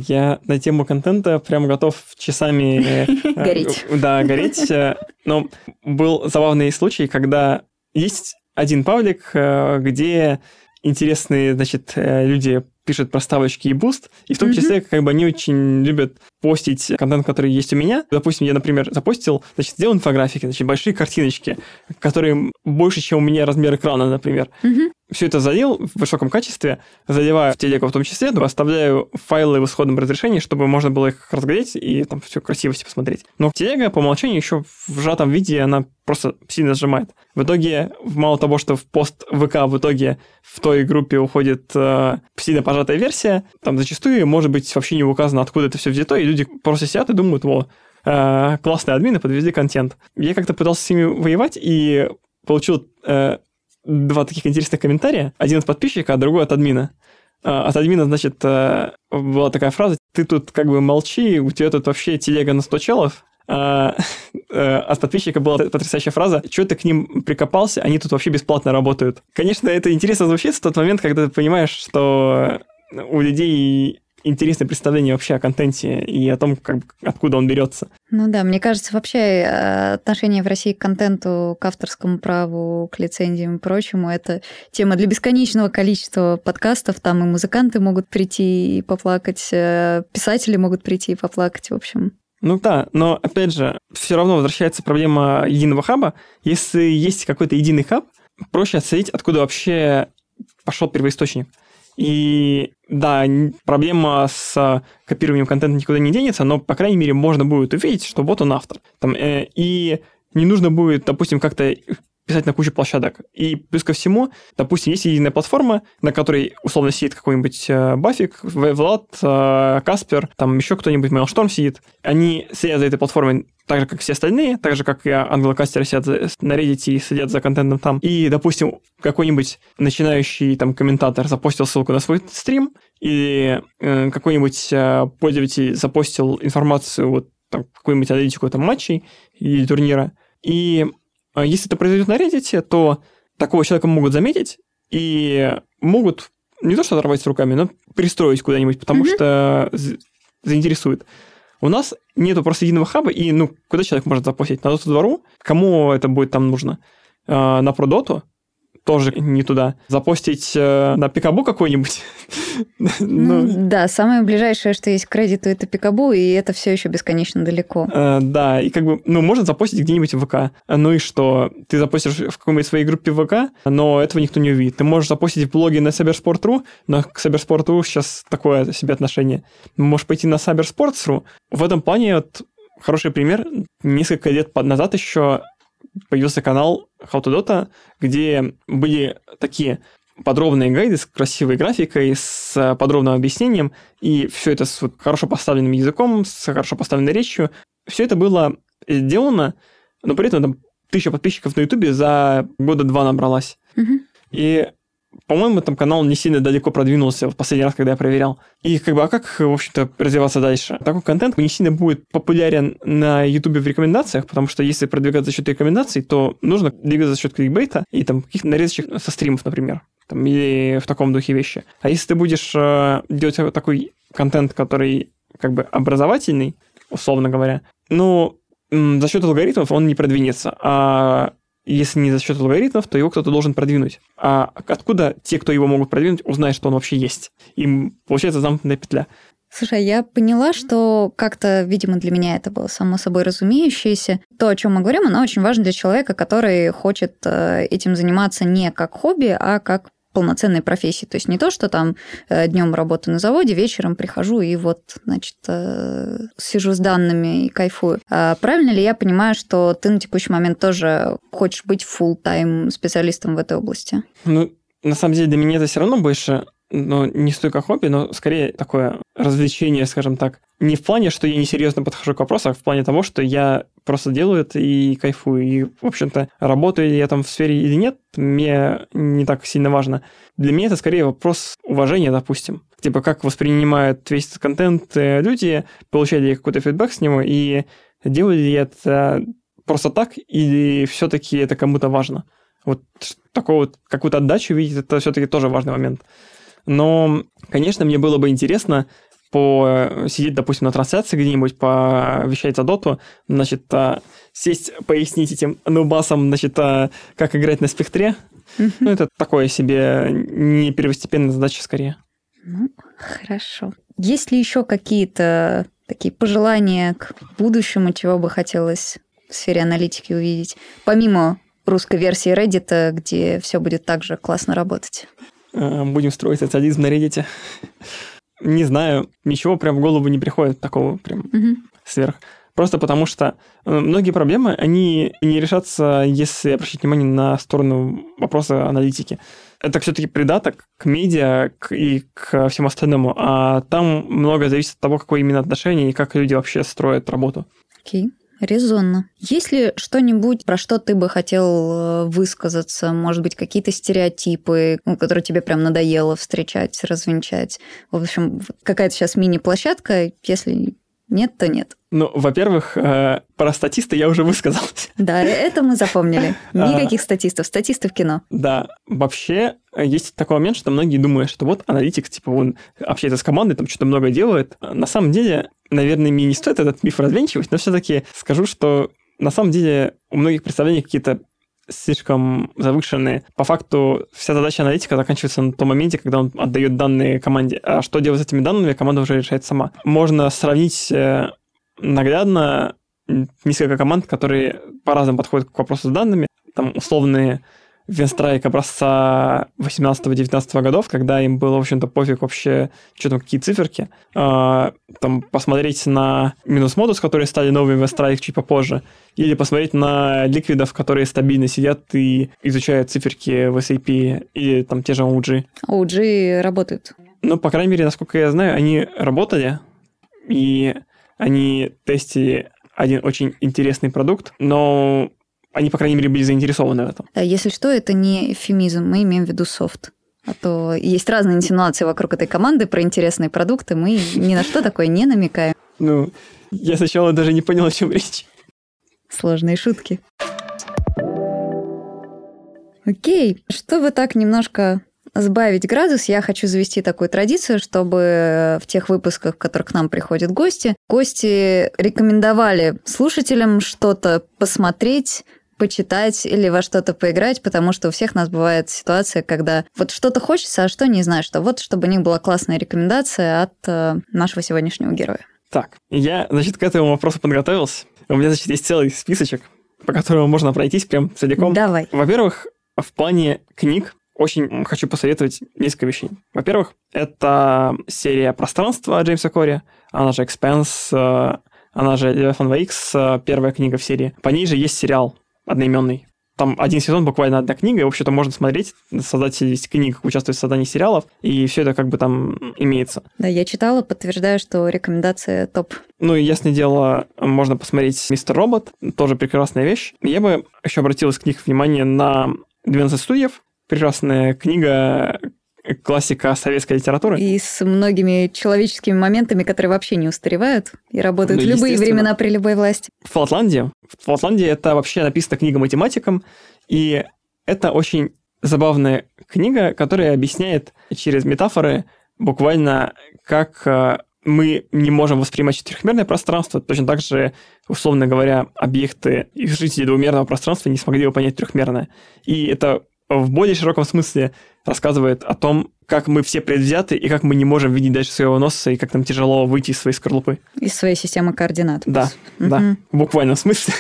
Я на тему контента прям готов часами... Гореть. Да, гореть. Но был забавный случай, когда есть один паблик, где интересные, значит, люди пишут про ставочки и буст, и в том числе, как бы, они очень любят постить контент, который есть у меня. Допустим, я, например, запостил, значит, сделал инфографики, значит, большие картиночки, которые больше, чем у меня размер экрана, например. Mm-hmm. Все это залил в высоком качестве, заливаю в телегу в том числе, оставляю файлы в исходном разрешении, чтобы можно было их разглядеть и там все красиво себе посмотреть. Но телега по умолчанию еще в сжатом виде, она просто сильно сжимает. В итоге, мало того, что в пост ВК в итоге в той группе уходит э, сильно пожатая версия, там зачастую может быть вообще не указано, откуда это все взято, и люди просто сидят и думают, во, э, классные админы подвезли контент. Я как-то пытался с ними воевать и получил... Э, два таких интересных комментария. Один от подписчика, а другой от админа. От админа, значит, была такая фраза: ты тут как бы молчи, у тебя тут вообще телега на сто челов, А, от подписчика была потрясающая фраза: «Чего ты к ним прикопался? Они тут вообще бесплатно работают». Конечно, это интересно звучит в тот момент, когда ты понимаешь, что у людей интересное представление вообще о контенте и о том, как, откуда он берется. Ну да, мне кажется, вообще отношение в России к контенту, к авторскому праву, к лицензиям и прочему, это тема для бесконечного количества подкастов. Там и музыканты могут прийти и поплакать, писатели могут прийти и поплакать, в общем. Ну да, но, опять же, все равно возвращается проблема единого хаба. Если есть какой-то единый хаб, проще отследить, откуда вообще пошел первоисточник. И да, проблема с копированием контента никуда не денется, но, по крайней мере, можно будет увидеть, что вот он автор. Там, э, и не нужно будет, допустим, как-то писать на кучу площадок. И плюс ко всему, допустим, есть единая платформа, на которой условно сидит какой-нибудь э, Бафик, Влад, э, Каспер, там еще кто-нибудь, Mailstorm сидит. Они следят за этой платформой так же, как все остальные, так же, как и англокастеры сидят на Reddit и следят за контентом там. И, допустим, какой-нибудь начинающий там комментатор запостил ссылку на свой стрим, или э, какой-нибудь э, пользователь запостил информацию, вот там, какую-нибудь аналитику там, матчей или турнира. И э, если это произойдет на Reddit, то такого человека могут заметить и могут не то что оторвать с руками, но пристроить куда-нибудь, потому mm-hmm. что заинтересует. У нас нету просто единого хаба, и ну куда человек может запостить? На Доту двору? Кому это будет там нужно? Э, на Продоту? Тоже не туда. Запостить э, на Пикабу какой-нибудь? ну, да, самое ближайшее, что есть к Reddit, это Пикабу, и это все еще бесконечно далеко. Э, да, и как бы, ну, можно запостить где-нибудь в ВК. Ну и что? Ты запостишь в какой-нибудь своей группе ВК, но этого никто не увидит. Ты можешь запостить в блоге на Cybersport точка ру, но к Cybersport точка ру сейчас такое себе отношение. Можешь пойти на Cybersports точка ру. В этом плане вот хороший пример. Несколько лет назад еще появился канал How to Dota, где были такие подробные гайды с красивой графикой, с подробным объяснением, и все это с вот хорошо поставленным языком, с хорошо поставленной речью. Все это было сделано, но при этом там тысяча подписчиков на Ютубе за года два набралась. Mm-hmm. И, по-моему, там канал не сильно далеко продвинулся в последний раз, когда я проверял. И как бы, а как, в общем-то, развиваться дальше? Такой контент не сильно будет популярен на Ютубе в рекомендациях, потому что если продвигаться за счет рекомендаций, то нужно двигаться за счет кликбейта и там каких-то нарезочек со стримов, например. Там, или в таком духе вещи. А если ты будешь э, делать такой контент, который как бы образовательный, условно говоря, ну, м, за счет алгоритмов он не продвинется. А если не за счет алгоритмов, то его кто-то должен продвинуть. А откуда те, кто его могут продвинуть, узнают, что он вообще есть? Им получается замкнутая петля. Слушай, я поняла, что как-то, видимо, для меня это было само собой разумеющееся. То, о чем мы говорим, оно очень важно для человека, который хочет этим заниматься не как хобби, а как полноценной профессии. То есть не то, что там днем работаю на заводе, вечером прихожу и вот, значит, сижу с данными и кайфую. А правильно ли я понимаю, что ты на текущий момент тоже хочешь быть фулл-тайм специалистом в этой области? Ну, на самом деле, для меня это все равно больше, ну, не столько хобби, но скорее такое развлечение, скажем так. Не в плане, что я несерьезно подхожу к вопросу, а в плане того, что я просто делаю это и кайфую. И, в общем-то, работаю ли я там в сфере или нет, мне не так сильно важно. Для меня это скорее вопрос уважения, допустим. Типа, как воспринимают весь этот контент люди, получали ли я какой-то фидбэк с него, и делали ли это просто так, или все-таки это кому-то важно. Вот такую вот какую-то отдачу видеть, это все-таки тоже важный момент. Но, конечно, мне было бы интересно посидеть, допустим, на трансляции где-нибудь, повещать за доту, значит, сесть, пояснить этим нубасам, значит, как играть на спектре. Mm-hmm. Ну, это такое себе не первостепенная задача скорее. Ну, хорошо. Есть ли еще какие-то такие пожелания к будущему, чего бы хотелось в сфере аналитики увидеть, помимо русской версии Reddit, где все будет так же классно работать? Будем строить социализм на Reddit. Не знаю, ничего прям в голову не приходит такого прям угу. сверх. Просто потому что многие проблемы, они не решатся, если обращать внимание на сторону вопроса аналитики. Это все-таки придаток к медиа и к всему остальному, а там многое зависит от того, какое именно отношение и как люди вообще строят работу. Окей. Okay. Резонно. Есть ли что-нибудь, про что ты бы хотел высказаться? Может быть, какие-то стереотипы, которые тебе прям надоело встречать, развенчать? В общем, какая-то сейчас мини-площадка. Если нет, то нет. Ну, во-первых, э, про статиста я уже высказался. Да, это мы запомнили. Никаких статистов. Статисты в кино. Да, вообще есть такой момент, что многие думают, что вот аналитик, типа, он общается с командой, там что-то много делает. На самом деле, наверное, мне не стоит этот миф развенчивать, но все-таки скажу, что на самом деле у многих представлений какие-то слишком завышенные. По факту вся задача аналитика заканчивается на том моменте, когда он отдает данные команде. А что делать с этими данными, команда уже решает сама. Можно сравнить наглядно несколько команд, которые по-разному подходят к вопросу с данными. Там условные Винстрайк образца восемнадцатого-девятнадцатого годов, когда им было, в общем-то, пофиг вообще, что там, какие циферки. А, там посмотреть на Минус-Модус, которые стали новыми Винстрайк чуть попозже, или посмотреть на ликвидов, которые стабильно сидят и изучают циферки в эс эй пи, или там те же о джи. о джи работают. Ну, по крайней мере, насколько я знаю, они работали, и они тестили один очень интересный продукт, но они, по крайней мере, были заинтересованы в этом. Если что, это не эвфемизм, мы имеем в виду софт. А то есть разные инсинуации вокруг этой команды про интересные продукты, мы ни на что такое не намекаем. Ну, я сначала даже не понял, о чем речь. Сложные шутки. Окей, чтобы так немножко сбавить градус, я хочу завести такую традицию, чтобы в тех выпусках, в которых к нам приходят гости, гости рекомендовали слушателям что-то посмотреть, почитать или во что-то поиграть, потому что у всех нас бывает ситуация, когда вот что-то хочется, а что не знаю, что вот, чтобы у них была классная рекомендация от э, нашего сегодняшнего героя. Так, я, значит, к этому вопросу подготовился. У меня, значит, есть целый списочек, по которому можно пройтись прям целиком. Давай. Во-первых, в плане книг очень хочу посоветовать несколько вещей. Во-первых, это серия «Пространство» Джеймса Кори, она же «Expanse», она же «Leviathan ви икс», первая книга в серии. По ней же есть сериал одноименный. Там один сезон, буквально одна книга, и, в общем-то, можно смотреть. Создатели книг участвуют в создании сериалов, и все это как бы там имеется. Да, я читала, подтверждаю, что рекомендация топ. Ну и, ясное дело, можно посмотреть «Мистер Робот», тоже прекрасная вещь. Я бы еще обратил к них внимание на двенадцать стульев. Прекрасная книга, классика советской литературы. И с многими человеческими моментами, которые вообще не устаревают и работают ну, в любые времена при любой власти. Флатландия. Флатландия — это вообще написана книга математикам, и это очень забавная книга, которая объясняет через метафоры буквально, как мы не можем воспринимать четырехмерное пространство, точно так же, условно говоря, объекты их жителей двумерного пространства не смогли бы понять трехмерное. И это в более широком смысле рассказывает о том, как мы все предвзяты и как мы не можем видеть дальше своего носа, и как нам тяжело выйти из своей скорлупы. Из своей системы координат. Да, угу. да, в буквальном смысле.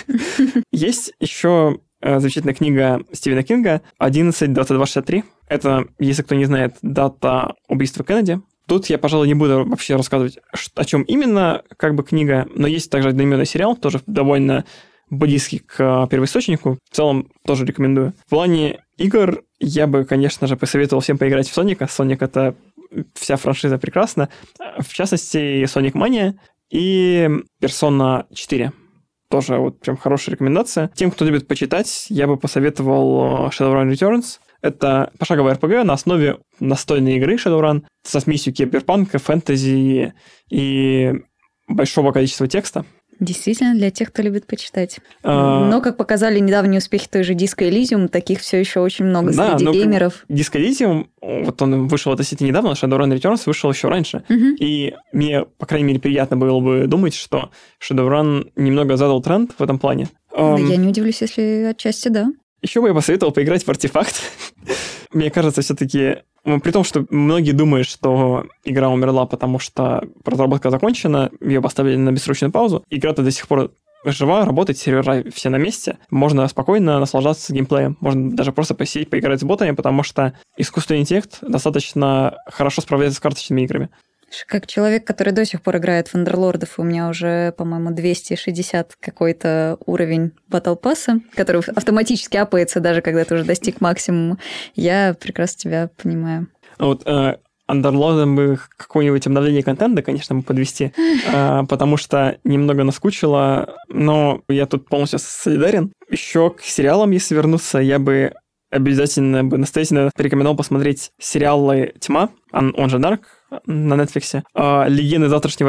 Есть еще замечательная книга Стивена Кинга «одиннадцать двадцать два шестьдесят три». Это, если кто не знает, дата убийства Кеннеди. Тут я, пожалуй, не буду вообще рассказывать, о чем именно как бы книга, но есть также одноименный сериал, тоже довольно близкий к первоисточнику. В целом тоже рекомендую. В плане игр я бы, конечно же, посоветовал всем поиграть в Соника. Соник — это вся франшиза прекрасна. В частности, Sonic Mania и Persona четыре. Тоже вот прям хорошая рекомендация. Тем, кто любит почитать, я бы посоветовал Shadowrun Returns. Это пошаговая эр пи джи на основе настольной игры Shadowrun со смесью киберпанка, фэнтези и большого количества текста. Действительно, для тех, кто любит почитать. А... Но, как показали недавние успехи той же Disco Elysium, таких все еще очень много да, среди геймеров. Disco Elysium, вот он вышел относительно недавно, Shadowrun Returns вышел еще раньше. Угу. И мне, по крайней мере, приятно было бы думать, что Shadowrun немного задал тренд в этом плане. Да, um... Я не удивлюсь, если отчасти да. Еще бы я посоветовал поиграть в Артефакт. Мне кажется, все-таки... При том, что многие думают, что игра умерла, потому что разработка закончена, ее поставили на бессрочную паузу. Игра-то до сих пор жива, работает, сервера все на месте. Можно спокойно наслаждаться геймплеем. Можно даже просто посидеть, поиграть с ботами, потому что искусственный интеллект достаточно хорошо справляется с карточными играми. Как человек, который до сих пор играет в Андерлордов, у меня уже, по-моему, двести шестьдесят какой-то уровень Battle Pass'а, который автоматически апается, даже когда ты уже достиг максимума. Я прекрасно тебя понимаю. Вот э, Андерлордом бы какое-нибудь обновление контента, конечно, бы подвести, э, потому что немного наскучило, но я тут полностью солидарен. Еще к сериалам, если вернуться, я бы обязательно бы настоятельно порекомендовал посмотреть сериалы «Тьма», он, он же «Дарк», на Netflix. «Легенды завтрашнего дня».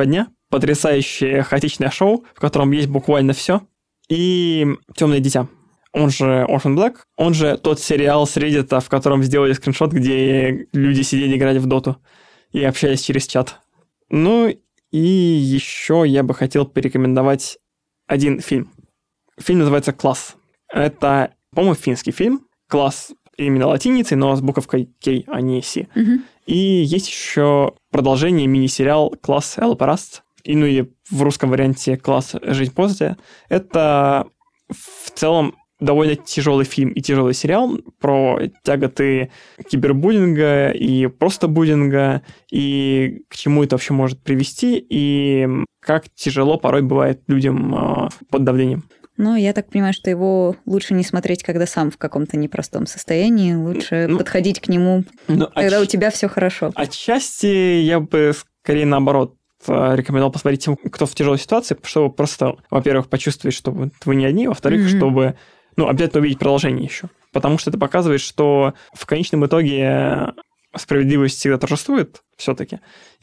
потрясающее хаотичное шоу, в котором есть буквально все. И «Темное дитя». Он же Orphan Black, он же тот сериал с Reddit, в котором сделали скриншот, где люди сидели играть в доту и общались через чат. Ну и еще я бы хотел порекомендовать один фильм. Фильм называется «Класс». Это, по-моему, финский фильм. «Класс» именно латиницей, но с буковкой K, а не C. Угу. И есть еще продолжение мини-сериал «Класс Элпараст». И, ну и в русском варианте «Класс. Жизнь после». Это в целом довольно тяжелый фильм и тяжелый сериал про тяготы кибербуллинга и просто буллинга, и к чему это вообще может привести, и как тяжело порой бывает людям э, под давлением. Но я так понимаю, что его лучше не смотреть, когда сам в каком-то непростом состоянии, лучше ну, подходить к нему, ну, когда отч... у тебя все хорошо. Отчасти я бы скорее наоборот рекомендовал посмотреть тем, кто в тяжелой ситуации, чтобы просто, во-первых, почувствовать, что вы не одни, во-вторых, mm-hmm. чтобы ну, обязательно увидеть продолжение еще. Потому что это показывает, что в конечном итоге справедливость всегда торжествует все-таки,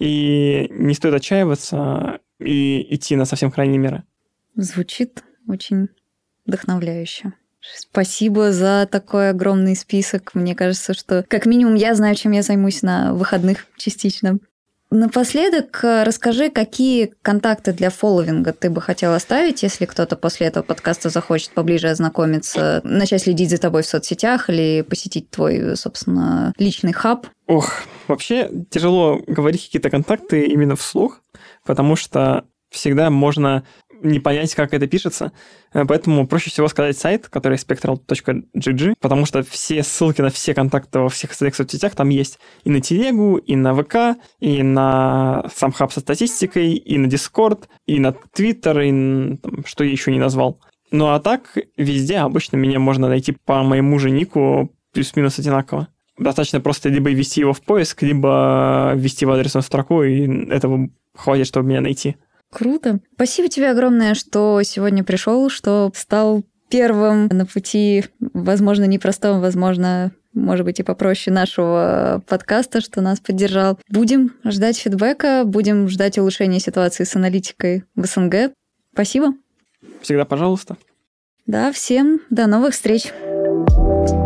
и не стоит отчаиваться и идти на совсем крайние меры. Звучит очень вдохновляюще. Спасибо за такой огромный список. Мне кажется, что как минимум я знаю, чем я займусь на выходных частично. Напоследок расскажи, какие контакты для фолловинга ты бы хотел оставить, если кто-то после этого подкаста захочет поближе ознакомиться, начать следить за тобой в соцсетях или посетить твой, собственно, личный хаб? Ох, вообще тяжело говорить какие-то контакты именно вслух, потому что всегда можно не понять, как это пишется. Поэтому проще всего сказать сайт, который спектрал точка джи джи, потому что все ссылки на все контакты во всех остальных соцсетях там есть. И на Телегу, и на ВК, и на сам хаб со статистикой, и на Дискорд, и на Твиттер, и на, там, что я еще не назвал. Ну а так, везде обычно меня можно найти по моему же нику плюс-минус одинаково. Достаточно просто либо ввести его в поиск, либо ввести в адресную строку, и этого хватит, чтобы меня найти. Круто. Спасибо тебе огромное, что сегодня пришел, что стал первым на пути, возможно, непростом, возможно, может быть, и попроще нашего подкаста, что нас поддержал. Будем ждать фидбэка, будем ждать улучшения ситуации с аналитикой в СНГ. Спасибо. Всегда пожалуйста. Да, всем до новых встреч.